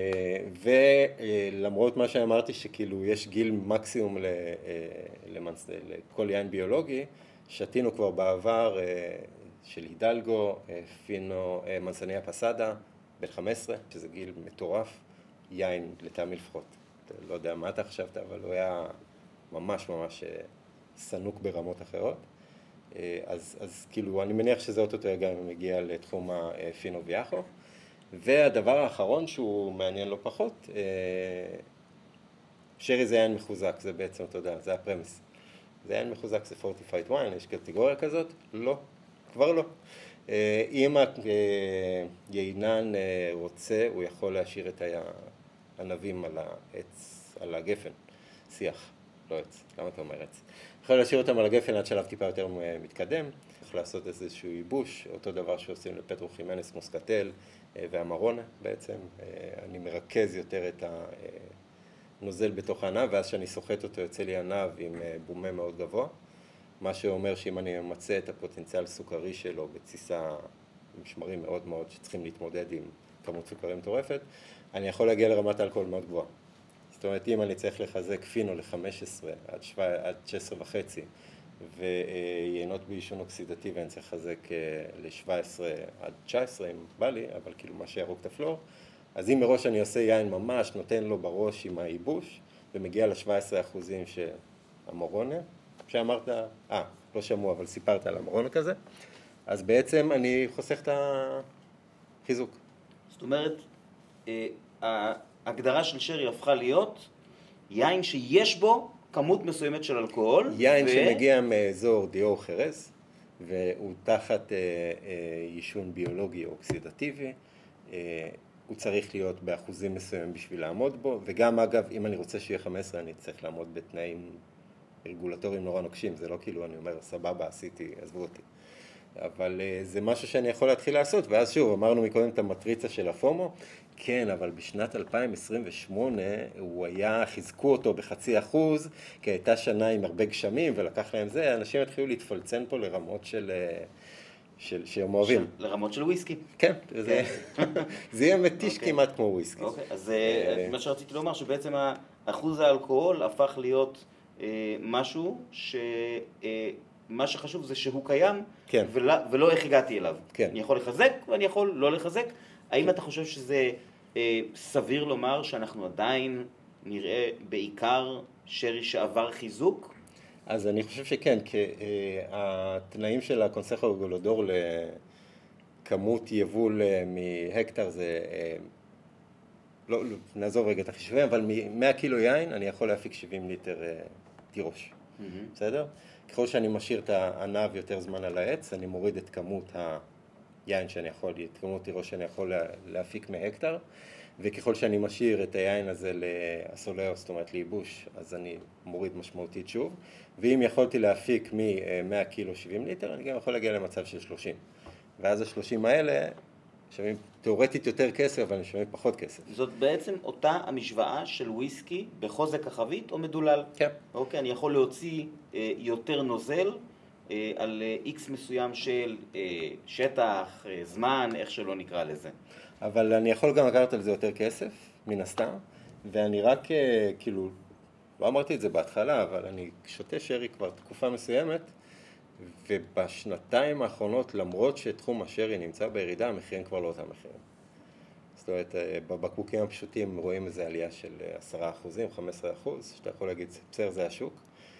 ולמרות מה שאמרתי, שכאילו יש גיל מקסימום למנס... לכל יין ביולוגי, שתינו כבר בעבר של הידלגו, פינו מנסניה פסדה, בן חמש עשרה, שזה גיל מטורף. יין לטעמי לפחות, לא יודע מה אתה חשבת, אבל הוא היה ממש ממש סנוק ברמות אחרות. אז, אז כאילו, אני מניח שזה אותו גם מגיע לתחום הפינו ויאחו. והדבר האחרון שהוא מעניין לא פחות, שרי זה יין מחוזק, זה בעצם, אתה יודע, זה הפרמיס. זה יין מחוזק, זה fortified wine, יש קטגוריה כזאת? לא, כבר לא. אם היינן רוצה, הוא יכול להשאיר את הענבים על העץ, על הגפן, שיח, לא עץ, למה אתה אומר עץ? יכול להשאיר אותם על הגפן עד שלב טיפה יותר מתקדם, צריך לעשות איזשהו ייבוש, אותו דבר שעושים לפטרו חימנס מוסקטל והמרונה בעצם, אני מרכז יותר את הנוזל בתוך הענב, ואז שאני סוחט אותו יוצא לי ענב עם בומה מאוד גבוה, מה שאומר שאם אני ממצא את הפוטנציאל סוכרי שלו בתסיסה שמרים מאוד מאוד שצריכים להתמודד עם כמות סוכרים מטורפת, אני יכול להגיע לרמת אלכוהול מאוד גבוהה. זאת אומרת, אם אני צריך לחזק פינו ל-חמש עשרה עד שש עשרה וחצי, ויינות בעישון אוקסידטיבי אני צריך לחזק ל-שבע עשרה עד תשע עשרה אם בא לי, אבל כאילו מה שירוק את הפלור, אז אם מראש אני עושה יין ממש, נותן לו בראש עם הייבוש, ומגיע ל-שבע עשרה אחוזים שהמורונה, שאמרת, אה, לא שמעו, אבל סיפרת על המורונה כזה, אז בעצם אני חוסך את החיזוק. זאת אומרת, ההגדרה של שרי הפכה להיות יין שיש בו כמות מסוימת של אלכוהול. יין ו... שמגיע מאזור דיור חרס, והוא תחת אה, אה, יישון ביולוגי או אוקסידטיבי, אה, הוא צריך להיות באחוזים מסוימים בשביל לעמוד בו, וגם אגב, אם אני רוצה שיהיה חמש עשרה, אני צריך לעמוד בתנאים רגולטוריים נורא נוקשים, זה לא כאילו אני אומר, סבבה, עשיתי, עזבו אותי. אבל uh, זה משהו שאני יכול להתחיל לעשות, ואז שוב, אמרנו מקודם את המטריצה של הפומו, כן, אבל בשנת אלפיים עשרים ושמונה הוא היה, חיזקו אותו בחצי אחוז, כי הייתה שנה עם הרבה גשמים, ולקח להם זה, אנשים התחילו להתפלצן פה לרמות של... של, שהם אוהבים. של, לרמות של וויסקי. כן, זה, זה יהיה מתיש okay. כמעט כמו וויסקי. אוקיי, okay. אז uh, מה שרציתי לומר, שבעצם אחוז האלכוהול הפך להיות uh, משהו ש... Uh, מה שחשוב זה שהוא קיים, כן. ולא, ולא איך הגעתי אליו. כן. אני יכול לחזק ואני יכול לא לחזק. האם כן. אתה חושב שזה אה, סביר לומר שאנחנו עדיין נראה בעיקר שרי שעבר חיזוק? אז אני חושב שכן, כי אה, התנאים של הקונסחו רגולדור לכמות יבול מהקטר זה, אה, לא, לא, נעזוב רגע את החישובים, אבל מ-מאה קילו יין אני יכול להפיק שבעים ליטר אה, תירוש. Mm-hmm. בסדר? ככל שאני משאיר את הענב יותר זמן על העץ, אני מוריד את כמות היין שאני יכול, את כמות תירוש שאני יכול להפיק מהקטר, וככל שאני משאיר את היין הזה לאסולר, זאת אומרת לייבוש, אז אני מוריד משמעותית שוב, ואם יכולתי להפיק מ-מאה קילו שבעים ליטר, אני גם יכול להגיע למצב של שלושים. ואז ה-שלושים האלה שווים תיאורטית יותר כסף, אבל אני שווים פחות כסף. זאת בעצם אותה המשוואה של וויסקי בחוזק החבית או מדולל? כן. אוקיי, אני יכול להוציא אה, יותר נוזל אה, על איקס מסוים של אה, שטח, אה, זמן, איך שלא נקרא לזה. אבל אני יכול גם לקחת על זה יותר כסף, מן הסתם, ואני רק, אה, כאילו, לא אמרתי את זה בהתחלה, אבל אני שותה שרי כבר תקופה מסוימת, ובשנתיים האחרונות, למרות שתחום השרי נמצא בירידה, המחירים כבר לא אותם מחירים. זאת אומרת, בבקבוקים הפשוטים רואים איזו עלייה של עשרה אחוזים, חמישה עשר אחוז, שאתה יכול להגיד, בסדר, זה השוק.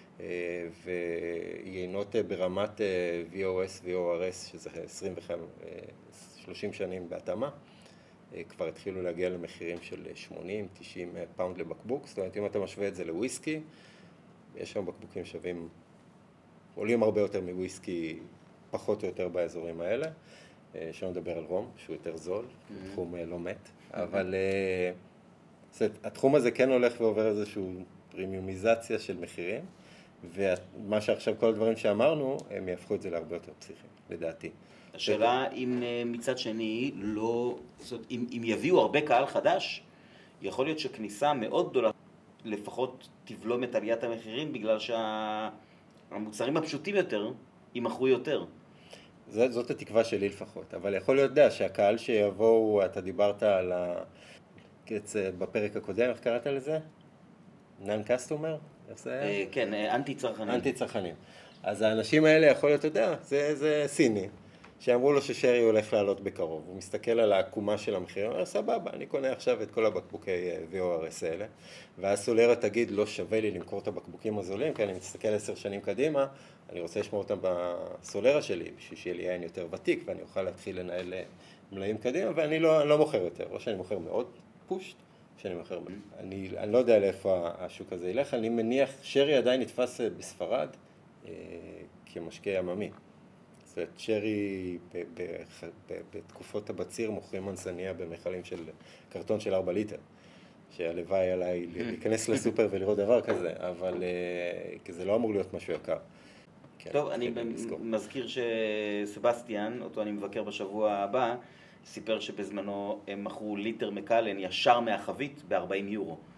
ויינות ברמת וי או אס ו-או אר אס, שזה עשרים ושלושים שנים בהתאמה, כבר התחילו להגיע למחירים של שמונים תשעים פאונד לבקבוק. זאת אומרת, אם אתה משווה את זה לוויסקי, יש שם בקבוקים שווים, עולים הרבה יותר מוויסקי, פחות או יותר באזורים האלה. שלא נדבר על רום, שהוא יותר זול, mm-hmm. תחום לא מת. Mm-hmm. אבל זאת, התחום הזה כן הולך ועובר איזושהי פרימיומיזציה של מחירים, ומה שעכשיו כל הדברים שאמרנו, הם יהפכו את זה להרבה יותר פסיכיים, לדעתי. השאלה אם מצד שני, לא, זאת, אם, אם יביאו הרבה קהל חדש, יכול להיות שכניסה מאוד גדולה, לפחות תבלום את עליית המחירים, בגלל שהמוצרים הפשוטים יותר, ימכרו יותר. זאת, זאת התקווה שלי לפחות, אבל יכול להיות דה שהקהל שיבואו, אתה דיברת על הקץ בפרק הקודם, איך קראת לזה? נון-קסטומר? כן, אנטי-צרכנים. אנטי-צרכנים. אז האנשים האלה יכול להיות, אתה יודע, זה, זה סיני, שאמרו לו ששרי הולך לעלות בקרוב. הוא מסתכל על העקומה של המחיר, הוא אומר, סבבה, אני קונה עכשיו את כל הבקבוקי וי או אר אס האלה, ואז סולרה תגיד, לא שווה לי למכור את הבקבוקים הזולים, כי אני מסתכל עשר שנים קדימה, אני רוצה לשמור אותם בסולרה שלי, בשביל שיהיה לי יין יותר ותיק, ואני אוכל להתחיל לנהל מלאים קדימה, ואני לא, לא מוכר יותר, או שאני מוכר מאוד פושט, שאני מוכר מאוד. אני, אני לא יודע לאיפה השוק הזה ילך, אני מניח, שרי עדיין נתפס בספרד אה, כמשקה יממי. זאת אומרת, שרי בתקופות הבציר מוכרים מנסניה במחלים של קרטון של ארבע ליטר, שהלוואי עליי להיכנס לסופר ולראות דבר כזה, אבל זה לא אמור להיות משהו יקר. טוב, אני מזכיר שסבסטיאן, אותו אני מבקר בשבוע הבא, סיפר שבזמנו הם מכרו ליטר מקלן ישר מהחבית ב-ארבעים יורו.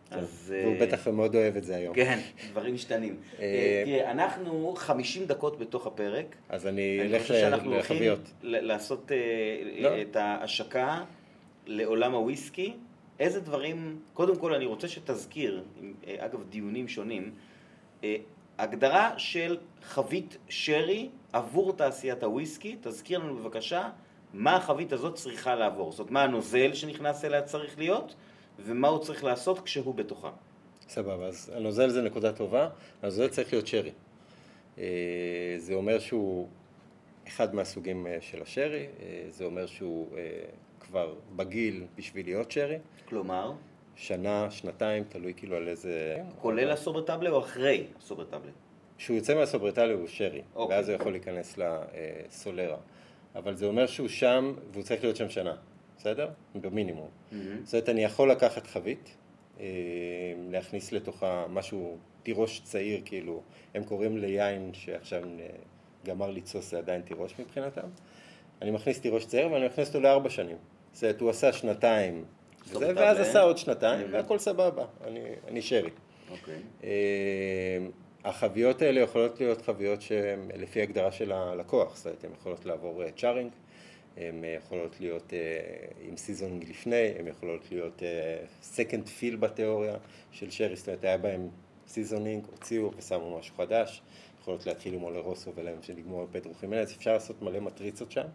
אז... והוא בטח מאוד אוהב את זה היום. כן, דברים משתנים. תראה, אנחנו חמישים דקות בתוך הפרק. אז אני אלך לחביות. אני חושב שאנחנו הולכים לעשות את ההשקה לעולם הוויסקי. איזה דברים, קודם כל אני רוצה שתזכיר, אגב דיונים שונים, הגדרה של חבית שרי עבור תעשיית הוויסקי, תזכיר לנו בבקשה מה החבית הזאת צריכה לעבור, זאת אומרת מה הנוזל שנכנס אליה צריך להיות ומה הוא צריך לעשות כשהוא בתוכה. סבבה, אז הנוזל זה נקודה טובה, הנוזל צריך להיות שרי. זה אומר שהוא אחד מהסוגים של השרי, זה אומר שהוא כבר בגיל בשביל להיות שרי. כלומר? שנה, שנתיים, תלוי כאילו על איזה... כולל הסוברטבלה או אחרי הסוברטבלה? כשהוא יוצא מהסוברטבלה הוא שרי, אוקיי. ואז הוא יכול להיכנס לסולרה. אבל זה אומר שהוא שם, והוא צריך להיות שם שנה, בסדר? במינימום. Mm-hmm. זאת אומרת, אני יכול לקחת חבית, להכניס לתוכה משהו, תירוש צעיר, כאילו, הם קוראים ליין שעכשיו גמר ליצוס, זה עדיין תירוש מבחינתם. אני מכניס תירוש צעיר ואני מכניס אותו לארבע שנים. זאת אומרת, הוא עשה שנתיים, וזה, ואז עשה עוד שנתיים, והכל סבבה, אני, אני שרי. אוקיי. החביות האלה יכולות להיות חביות שהן לפי הגדרה של הלקוח, זאת אומרת, הן יכולות לעבור צ'ארינג, הן יכולות להיות עם סיזונינג לפני, הן יכולות להיות סקנד פיל בתיאוריה של שרי, זאת אומרת, היה בהם סיזונינג, הוציאו ושמו משהו חדש, יכולות להתחיל עם אולרוסו ולהם שנגמור בפדרו חימנז, אפשר לעשות מלא מטריצות שם.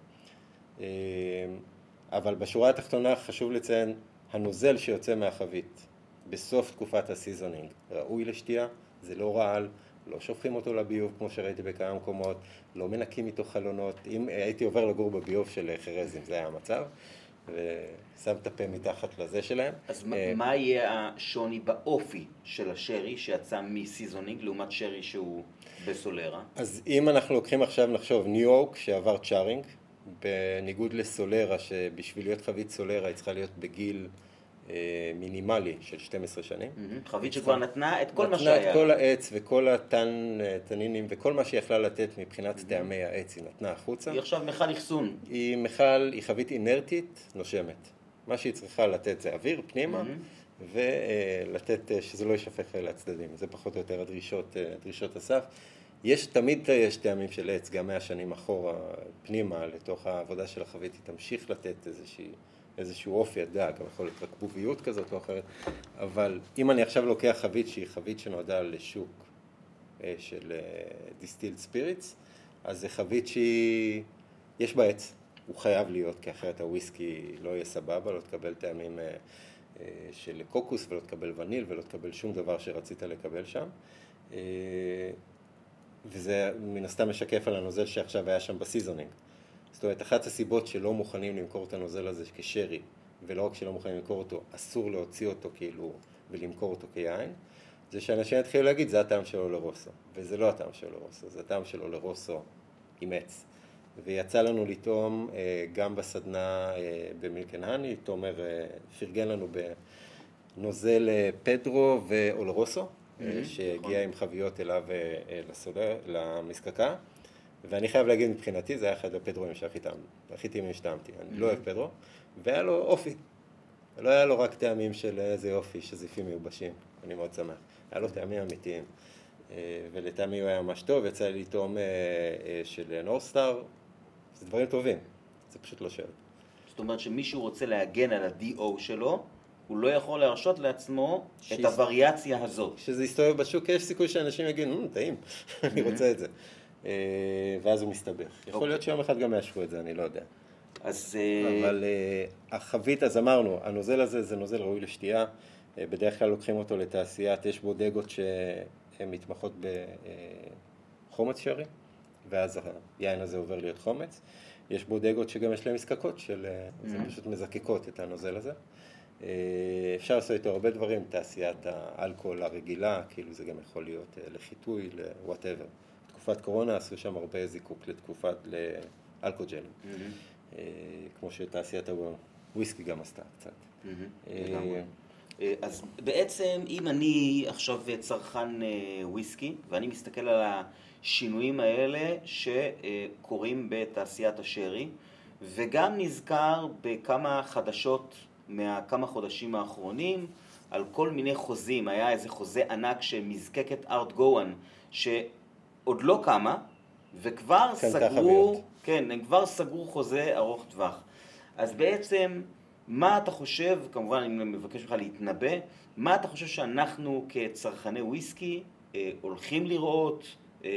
אבל בשורה התחתונה חשוב לציין, הנוזל שיוצא מהחבית בסוף תקופת הסיזונינג ראוי לשתייה, זה לא רעל, לא שופכים אותו לביוב כמו שראיתי בכמה מקומות, לא מנקים איתו חלונות, אם הייתי עובר לגור בביוב של חרז, אם זה היה המצב, ושם את הפה מתחת לזה שלהם. אז מה יהיה השוני באופי של השרי שיצא מסיזונינג לעומת שרי שהוא בסולרה? אז אם אנחנו לוקחים עכשיו נחשוב ניו יורק שעבר צ'ארינג, בניגוד לסולרה שבשביל להיות חבית סולרה היא צריכה להיות בגיל מינימלי של שתים עשרה שנים. חבית שכבר נתנה את כל מה שהיה. נתנה שהיה. את כל העץ וכל התנינים וכל מה שהיא יכלה לתת מבחינת טעמי העץ, היא נתנה החוצה. היא עכשיו מכל אחסון. היא מכל, היא חבית אינרטית, נושמת. מה שהיא צריכה לתת זה אוויר פנימה, ולתת שזה לא יישפך לצדדים. זה פחות או יותר הדרישות, דרישות הסף. יש, תמיד יש טעמים של עץ, גם מהשנים אחורה פנימה לתוך העבודה של החבית, היא תמשיך לתת איזושהי איזשהו אופי הדג, גם יכול להיות רקבוביות כזאת או אחרת, אבל אם אני עכשיו לוקח חבית שהיא חבית שנועדה לשוק של דיסטילד ספיריטס, אז זה חבית שהיא, יש בה עץ, הוא חייב להיות, כי אחרת הוויסקי לא יהיה סבבה, לא תקבל טעמים של קוקוס ולא תקבל וניל ולא תקבל שום דבר שרצית לקבל שם, וזה מן הסתם משקף על הנוזל שעכשיו היה שם בסיזונינג. זאת אומרת, אחת הסיבות שלא מוכנים למכור את הנוזל הזה כשרי, ולא רק שלא מוכנים למכור אותו, אסור להוציא אותו כאילו ולמכור אותו כיין, זה שאנשים יתחילו להגיד, זה הטעם של אולרוסו, וזה לא הטעם של אולרוסו, זה הטעם של אולרוסו עם עץ. ויצא לנו לטעום גם בסדנה במילקנהני, תומר פרגן לנו בנוזל פדרו ואולרוסו, שהגיע עם חביות אליו למזקקה, ואני חייב להגיד מבחינתי, זה היה אחד הפדרואים שהכי טעימים שטעמתי. אני לא אוהב פדרו, והיה לו אופי. לא היה לו רק טעמים של איזה אופי, שזיפים מיובשים. אני מאוד שמח. היה לו טעמים אמיתיים. ולטעמי הוא היה ממש טוב, יצא לי לטעום של נורסטאר. זה דברים טובים, זה פשוט לא שווה. זאת אומרת שמישהו רוצה להגן על ה-די או שלו, הוא לא יכול להרשות לעצמו את הווריאציה הזאת. כשזה יסתובב בשוק, יש סיכוי שאנשים יגידו, טעים, אני רוצה את זה. ואז הוא מסתבך. יכול להיות שיום אחד גם יאשרו את זה, אני לא יודע. אז... אבל החבית, אז אמרנו, הנוזל הזה זה נוזל ראוי לשתייה, בדרך כלל לוקחים אותו לתעשיית, יש בו דגות שהן מתמחות בחומץ שרי, ואז היין הזה עובר להיות חומץ. יש בו דגות שגם יש להם מזקקות, של, זה פשוט מזקקות את הנוזל הזה. אפשר לעשות איתו הרבה דברים, תעשיית האלכוהול הרגילה, כאילו זה גם יכול להיות לחיטוי, ל-whatever. בתקופת קורונה עשו שם הרבה זיקוק לתקופת, לאלכוג'לים, mm-hmm. כמו שתעשיית הוויסקי גם עשתה קצת. Mm-hmm. אז בעצם אם אני עכשיו צרכן וויסקי, ואני מסתכל על השינויים האלה שקורים בתעשיית השרי, וגם נזכר בכמה חדשות מהכמה חודשים האחרונים, על כל מיני חוזים, היה איזה חוזה ענק שמזקקת ארט גואן, שעוד לא קמה, וכבר סגרו, כן, הם כבר סגרו חוזה ארוך טווח. אז בעצם, מה אתה חושב, כמובן אני מבקש ממך להתנבא, מה אתה חושב שאנחנו כצרכני וויסקי אה, הולכים לראות, אה,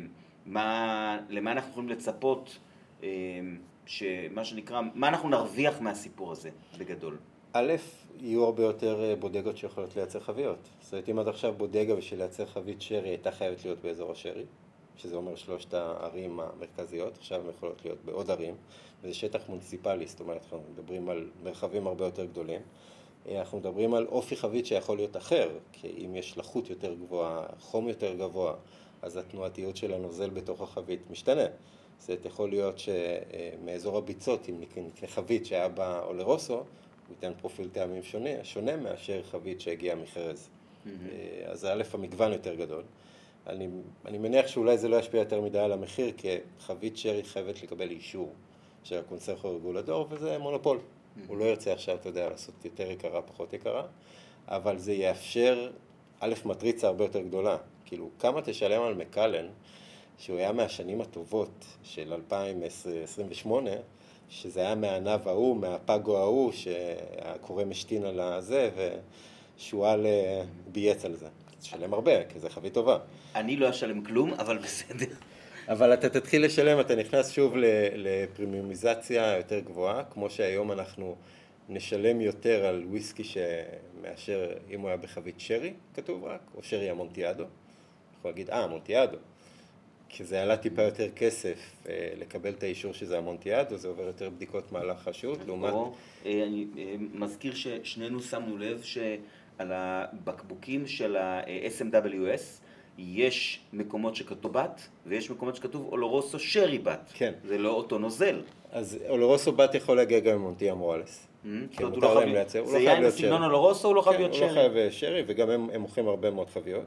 מה, למה אנחנו יכולים לצפות, אה, שמה שנקרא, מה אנחנו נרוויח מהסיפור הזה בגדול? א', יהיו הרבה יותר בודגות שיכולות לייצר חביות. זאת אומרת, אם עד עכשיו בודגה בשביל לייצר חבית שרי הייתה חייבת להיות באזור השרי, שזה אומר שלושת הערים המרכזיות, עכשיו הן יכולות להיות בעוד ערים, וזה שטח מוניציפלי, זאת אומרת, אנחנו מדברים על מרחבים הרבה יותר גדולים. אנחנו מדברים על אופי חבית שיכול להיות אחר, כי אם יש לחות יותר גבוהה, חום יותר גבוה, אז התנועתיות של הנוזל בתוך החבית משתנה. זאת אומרת, יכול להיות שמאזור הביצות, אם נקנה חבית שהיה בה אולרוסו, הוא ייתן פרופיל טעמים שונה, שונה מאשר חבית שהגיעה מחרז. Mm-hmm. אז א', המגוון יותר גדול. אני, אני מניח שאולי זה לא ישפיע יותר מדי על המחיר, כי חבית שרי חייבת לקבל אישור של הקונסרחו רגולדור, וזה מונופול. Mm-hmm. הוא לא ירצה עכשיו, אתה יודע, לעשות יותר יקרה, פחות יקרה, אבל זה יאפשר, א', מטריצה הרבה יותר גדולה. כאילו, כמה תשלם על מקלן, שהוא היה מהשנים הטובות של אלפיים עשרים ושמונה, שזה היה מהענב ההוא, מהפגו ההוא, שהקורא משתין על הזה, ושואל בייץ על זה. תשלם הרבה, כי זה חבית טובה. אני לא אשלם כלום, אבל בסדר. אבל אתה תתחיל לשלם, אתה נכנס שוב לפרימיומיזציה יותר גבוהה, כמו שהיום אנחנו נשלם יותר על וויסקי שמאשר אם הוא היה בחבית שרי, כתוב רק, או שרי המונטיאדו. יכול להגיד, אה, המונטיאדו. כי זה עלה טיפה יותר כסף לקבל את האישור שזה המונטיאדו, זה עובר יותר בדיקות מהלך השעות, לעומת... אני מזכיר ששנינו שמנו לב שעל הבקבוקים של ה-אס אם דאבליו אס יש מקומות שכתוב בת, ויש מקומות שכתוב אולורוסו שרי בת. כן. זה לא אותו נוזל. אז אולורוסו בת יכול להגיע גם עם מונטיה מורלס. כן, מותר להם לייצר. זה יין בסגנון אולורוסו, הוא לא חייב להיות שרי. כן, הוא לא חייב שרי, וגם הם מוכרים הרבה מאוד חביות.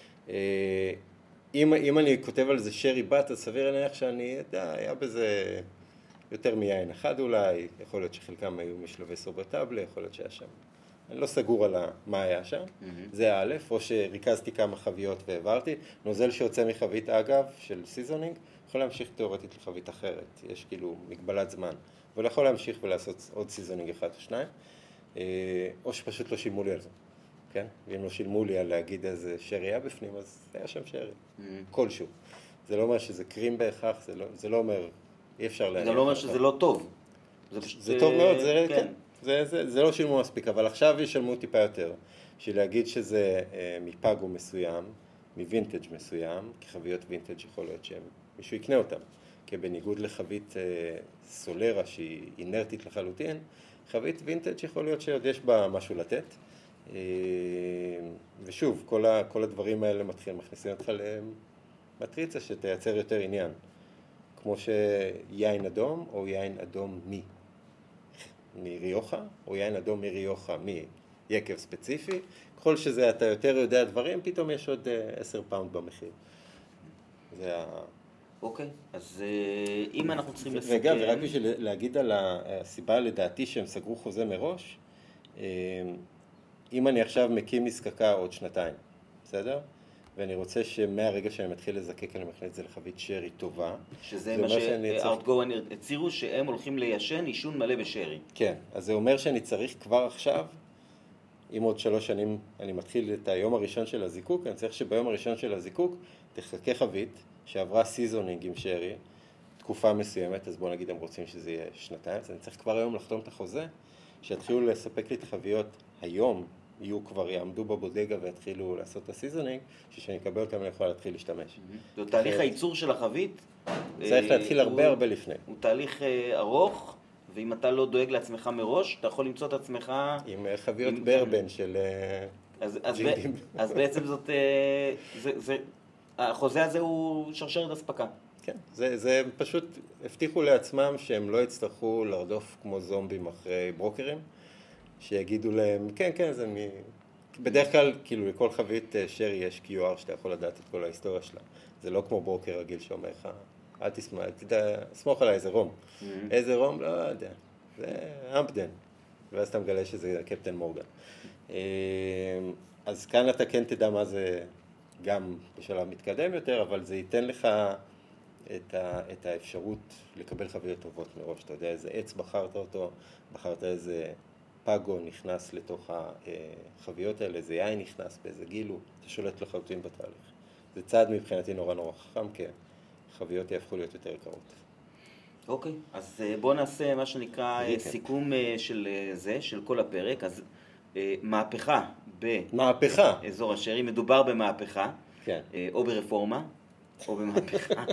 אם, אם אני כותב על זה שרי בת, אז סביר להניח שאני יודע, היה בזה יותר מיין אחד אולי, יכול להיות שחלקם היו משלבי סוברטבלה, יכול להיות שהיה שם. אני לא סגור על מה היה שם, mm-hmm. זה א', או שריכזתי כמה חביות והעברתי. נוזל שיוצא מחבית אגב, של סיזונינג, יכול להמשיך תיאורטית לחבית אחרת, יש כאילו מגבלת זמן, אבל יכול להמשיך ולעשות עוד סיזונינג אחד או שניים, או שפשוט לא שילמו לי על זה. כן? ואם לא שילמו לי על להגיד איזה שרי היה בפנים, אז היה שם שרי. Mm-hmm. כלשהו. זה לא אומר שזה קרים בהכרח, זה לא, זה לא אומר, אי אפשר להניח. זה לא אומר שזה לא טוב. זה, זה טוב מאוד, זה, כן. כן. זה, זה, זה לא שילמו מספיק, אבל עכשיו ישלמו טיפה יותר. בשביל להגיד שזה אה, מפאגו מסוים, מווינטג' מסוים, כי חביות וינטג' יכול להיות שמישהו יקנה אותם. כי בניגוד לחבית אה, סולרה שהיא אינרטית לחלוטין, חבית וינטג' יכול להיות שעוד יש בה משהו לתת. ושוב, כל, ה, כל הדברים האלה מתחילים, מכניסים אותך למטריצה שתייצר יותר עניין. כמו שיין אדום או יין אדום מי, מריוחה, או יין אדום מריוחה, מיקב ספציפי. ככל שזה אתה יותר יודע דברים, פתאום יש עוד עשר פאונד במחיר. זה ה... אוקיי, אז אם אנחנו צריכים לסכם... וגם, ורק בשביל להגיד על הסיבה לדעתי שהם סגרו חוזה מראש, אם אני עכשיו מקים מזקקה עוד שנתיים, בסדר? ואני רוצה שמהרגע שאני מתחיל לזקק, אני מכניס את זה לחבית שרי טובה. שזה מה שארט גואן הצירו, שהם הולכים ליישן עישון מלא בשרי. כן, אז זה אומר שאני צריך כבר עכשיו, אם עוד שלוש שנים אני מתחיל את היום הראשון של הזיקוק, אני צריך שביום הראשון של הזיקוק תחכה חבית שעברה סיזונינג עם שרי, תקופה מסוימת, אז בוא נגיד הם רוצים שזה יהיה שנתיים, אז אני צריך כבר היום לחתום את החוזה, שיתחילו לספק לי את החביות היום, יהיו כבר יעמדו בבודגה ויתחילו לעשות את הסיזונינג, שכשאני אקבל אותם אני יכול להתחיל להשתמש. זה תהליך הייצור של החבית. צריך להתחיל הרבה הרבה לפני. הוא תהליך ארוך, ואם אתה לא דואג לעצמך מראש, אתה יכול למצוא את עצמך... עם חביות ברבן של ג'ינגים. אז בעצם זאת... החוזה הזה הוא שרשרת אספקה. כן, זה, זה פשוט הבטיחו לעצמם שהם לא יצטרכו לרדוף כמו זומבים אחרי ברוקרים, שיגידו להם, כן, כן, זה מ... בדרך כלל, כאילו, לכל חבית שרי יש קיו אר שאתה יכול לדעת את כל ההיסטוריה שלה. זה לא כמו ברוקר רגיל שאומר לך, אל תסמוך, תדע, סמוך עליי איזה רום. Mm-hmm. איזה רום? לא יודע. זה אמפדן. ואז אתה מגלה שזה קפטן מורגן. אז כאן אתה כן תדע מה זה גם בשלב מתקדם יותר, אבל זה ייתן לך את, ה, את האפשרות לקבל חוויות טובות מראש. אתה יודע איזה עץ בחרת אותו, בחרת איזה פאגו נכנס לתוך החוויות האלה, איזה יין נכנס, באיזה גילו, אתה שולט לחלוטין בתהליך. זה צעד מבחינתי נורא נורא חכם, כי חוויות יהפכו להיות יותר יקרות. אוקיי, אז בואו נעשה מה שנקרא סיכום של זה, של כל הפרק. אז מהפכה מהפכה. באזור השרי, מדובר במהפכה, כן. או ברפורמה, או במהפכה,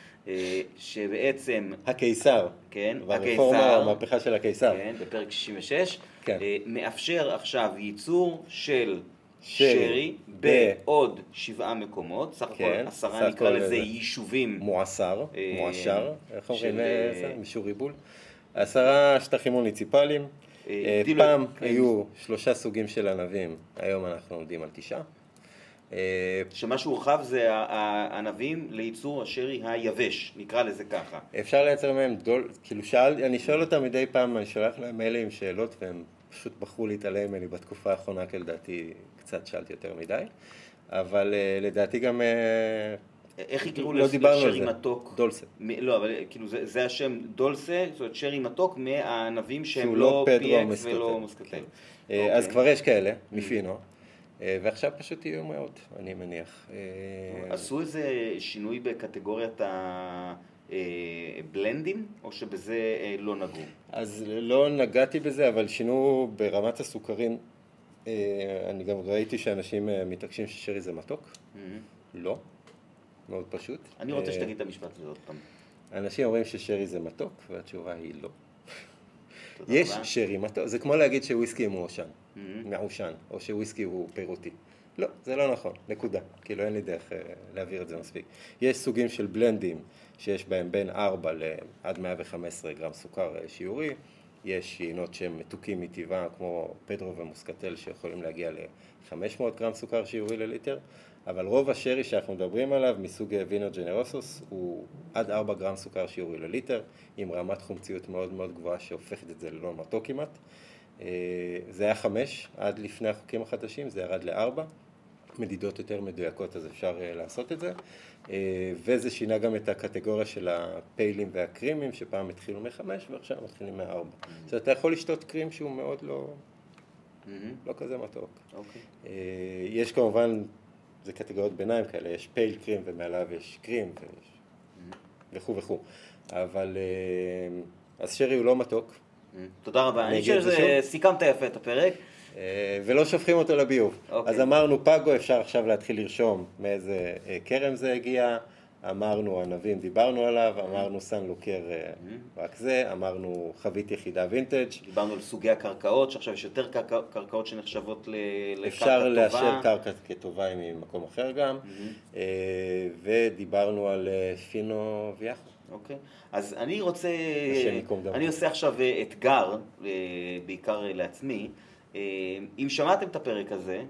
שבעצם... הקיסר. כן, והרפורמה, הקיסר. המהפכה של הקיסר. כן, בפרק שישים ושש. כן. מאפשר עכשיו ייצור של שרי, שרי בעוד שבעה מקומות, סך כן, הכל עשרה סך נקרא הכל לזה זה יישובים. מועשר, אה, מועשר, איך אומרים של, לזה? אה, מישור ריבול. עשרה שטחים מוניציפליים. אה, אה, הגדילו את- פעם כן. היו שלושה סוגים של ענבים, היום אנחנו עומדים על תשעה. אה, שמה שהורחב זה ה- הענבים לייצור השרי היבש, נקרא לזה ככה. אפשר לייצר מהם דול, כאילו שאל, אני שואל אותם מדי פעם, אני שולח להם מייל עם שאלות והם פשוט בחרו להתעלם ממני בתקופה האחרונה, כי לדעתי קצת שאלתי יותר מדי, אבל uh, לדעתי גם... Uh, איך יקראו לא לס- דיברנו על לשרי זה. מתוק? דולסה. מ- לא, אבל כאילו זה, זה השם דולסה, זאת אומרת שרי מתוק מהענבים שהם שהוא לא לא פדרו פי אקס מסקטל. ולא מסקטל. כן. אוקיי. אז כבר יש כאלה, מפינו, אה, ועכשיו פשוט יהיו מאות, אני מניח. אה, עשו איזה שינוי בקטגוריית הבלנדים, או שבזה אה, לא נגעו? אז לא נגעתי בזה, אבל שינו ברמת הסוכרים. אה, אני גם ראיתי שאנשים אה, מתעקשים ששרי זה מתוק. לא, מאוד פשוט. אני רוצה אה, שתגיד את המשפט הזה עוד פעם. אנשים אומרים ששרי זה מתוק, והתשובה היא לא. תודה יש רבה. שרי מתוק, זה כמו להגיד שוויסקי מעושן, Mhm. מעושן, או שוויסקי הוא פירותי. לא, זה לא נכון, נקודה. כאילו אין לי דרך אה, להעביר את זה מספיק. יש סוגים של בלנדים שיש בהם בין ארבע לעד מאה וחמש עשרה גרם סוכר אה, שיעורי. יש יינות שהם מתוקים מטבעה, כמו פדרו ומוסקטל, שיכולים להגיע ל-חמש מאות גרם סוכר שיעורי לליטר. אבל רוב השרי שאנחנו מדברים עליו, מסוג וינו ג'נרוסוס, הוא עד ארבע גרם סוכר שיעורי לליטר, עם רמת חומציות מאוד מאוד גבוהה שהופכת את זה ללא מתוק כמעט. זה היה חמש עד לפני החוקים החדשים, זה ירד לארבע. מדידות יותר מדויקות, אז אפשר לעשות את זה. וזה שינה גם את הקטגוריה של הפיילים והקרימים, שפעם התחילו מחמש ועכשיו מתחילים מארבע. אז אתה יכול לשתות קרים שהוא מאוד לא, לא כזה מתוק. אוקיי. יש כמובן, זה קטגוריות ביניים כאלה, יש פייל קרים ומעליו יש קרים וכו' וכו'. אבל אז שרי הוא לא מתוק. תודה רבה. אני אגיד חושב את זה שסיכמת יפה את הפרק. ולא שופכים אותו לביוב. אוקיי. אז אמרנו פאגו, אפשר עכשיו להתחיל לרשום מאיזה קרם זה הגיע, אמרנו ענבים, דיברנו עליו, אמרנו סן לוקר רק זה, אמרנו חבית יחידה וינטג'. דיברנו על סוגי הקרקעות, שעכשיו יש יותר קרקע- קרקעות שנחשבות ל- לקרקע טובה. אפשר לאשר קרקע כטובה ממקום אחר גם, אה, ודיברנו על אה, פינו ויאחו. אוקיי. אז אני רוצה, השם ייקום דמו. אני עושה עכשיו אתגר, אה, בעיקר לעצמי. אה, אם שמעתם את הפרק הזה,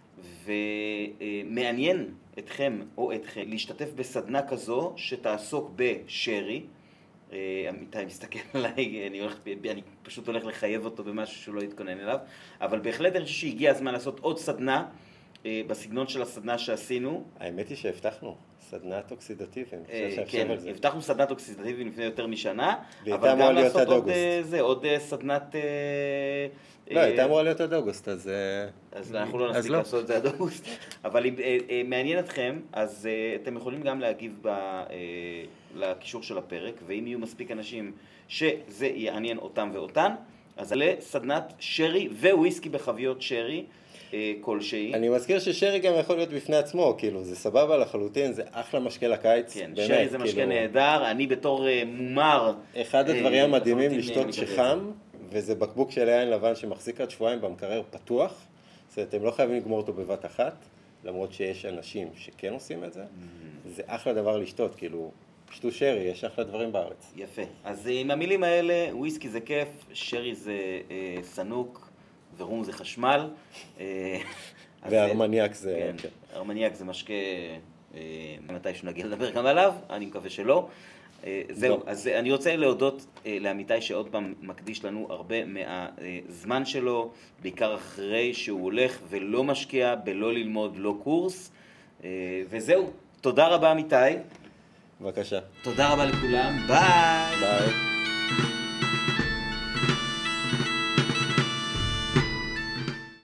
ומעניין אתכם או אתכם להשתתף בסדנה כזו שתעסוק בשרי, אה, עמיתי מסתכל עליי, אני, הולך, אני פשוט הולך לחייב אותו במשהו שהוא לא יתכונן אליו, אבל בהחלט אני חושב שהגיע הזמן לעשות עוד סדנה, אה, בסגנון של הסדנה שעשינו. האמת היא שהבטחנו, סדנת אוקסידטיביים, אה, אני חושב כן, על זה. הבטחנו סדנת אוקסידטיביים לפני יותר משנה, והיא אבל הייתה אמורה גם להיות לעשות עד עוד, אה, אוגוסט. זה, עוד אה, סדנת... אה, לא, אה, הייתה אמורה להיות עד אוגוסט, אז... אה, אז אנחנו לא אז נספיק לא. לעשות את זה עד אוגוסט, אבל אם אה, אה, מעניין אתכם, אז אה, אתם יכולים גם להגיב ב, אה, לקישור של הפרק, ואם יהיו מספיק אנשים שזה יעניין אותם ואותן, אז עלה סדנת שרי וויסקי בחביות שרי אה, כלשהי. אני מזכיר ששרי גם יכול להיות בפני עצמו, כאילו, זה סבבה לחלוטין, זה אחלה משקה לקיץ, כן, באמת, שרי זה משקה כאילו, נהדר, אני בתור אה, מומר... אחד אה, הדברים המדהימים לחלוטין לשתות מקבל את זה. שחם, וזה בקבוק של יין לבן שמחזיק עד שבועיים במקרר פתוח, זאת אומרת, אתם לא חייבים לגמור אותו בבת אחת, למרות שיש אנשים שכן עושים את זה, זה אחלה דבר לשתות, כאילו, שתו שרי, יש אחלה דברים בארץ. יפה. אז עם המילים האלה, וויסקי זה כיף, שרי זה אה, סנוק, ורום זה חשמל. אה, אז, וארמניאק זה... כן, כן. ארמניאק זה משקה, אה, מתי שנגיע לדבר גם עליו, אני מקווה שלא. זהו, אז אני רוצה להודות לעמיתי שעוד פעם מקדיש לנו הרבה מהזמן שלו, בעיקר אחרי שהוא הולך ולא משקיע בלא ללמוד, לא קורס. וזהו, תודה רבה עמיתי. בבקשה. תודה רבה לכולם, ביי. ביי.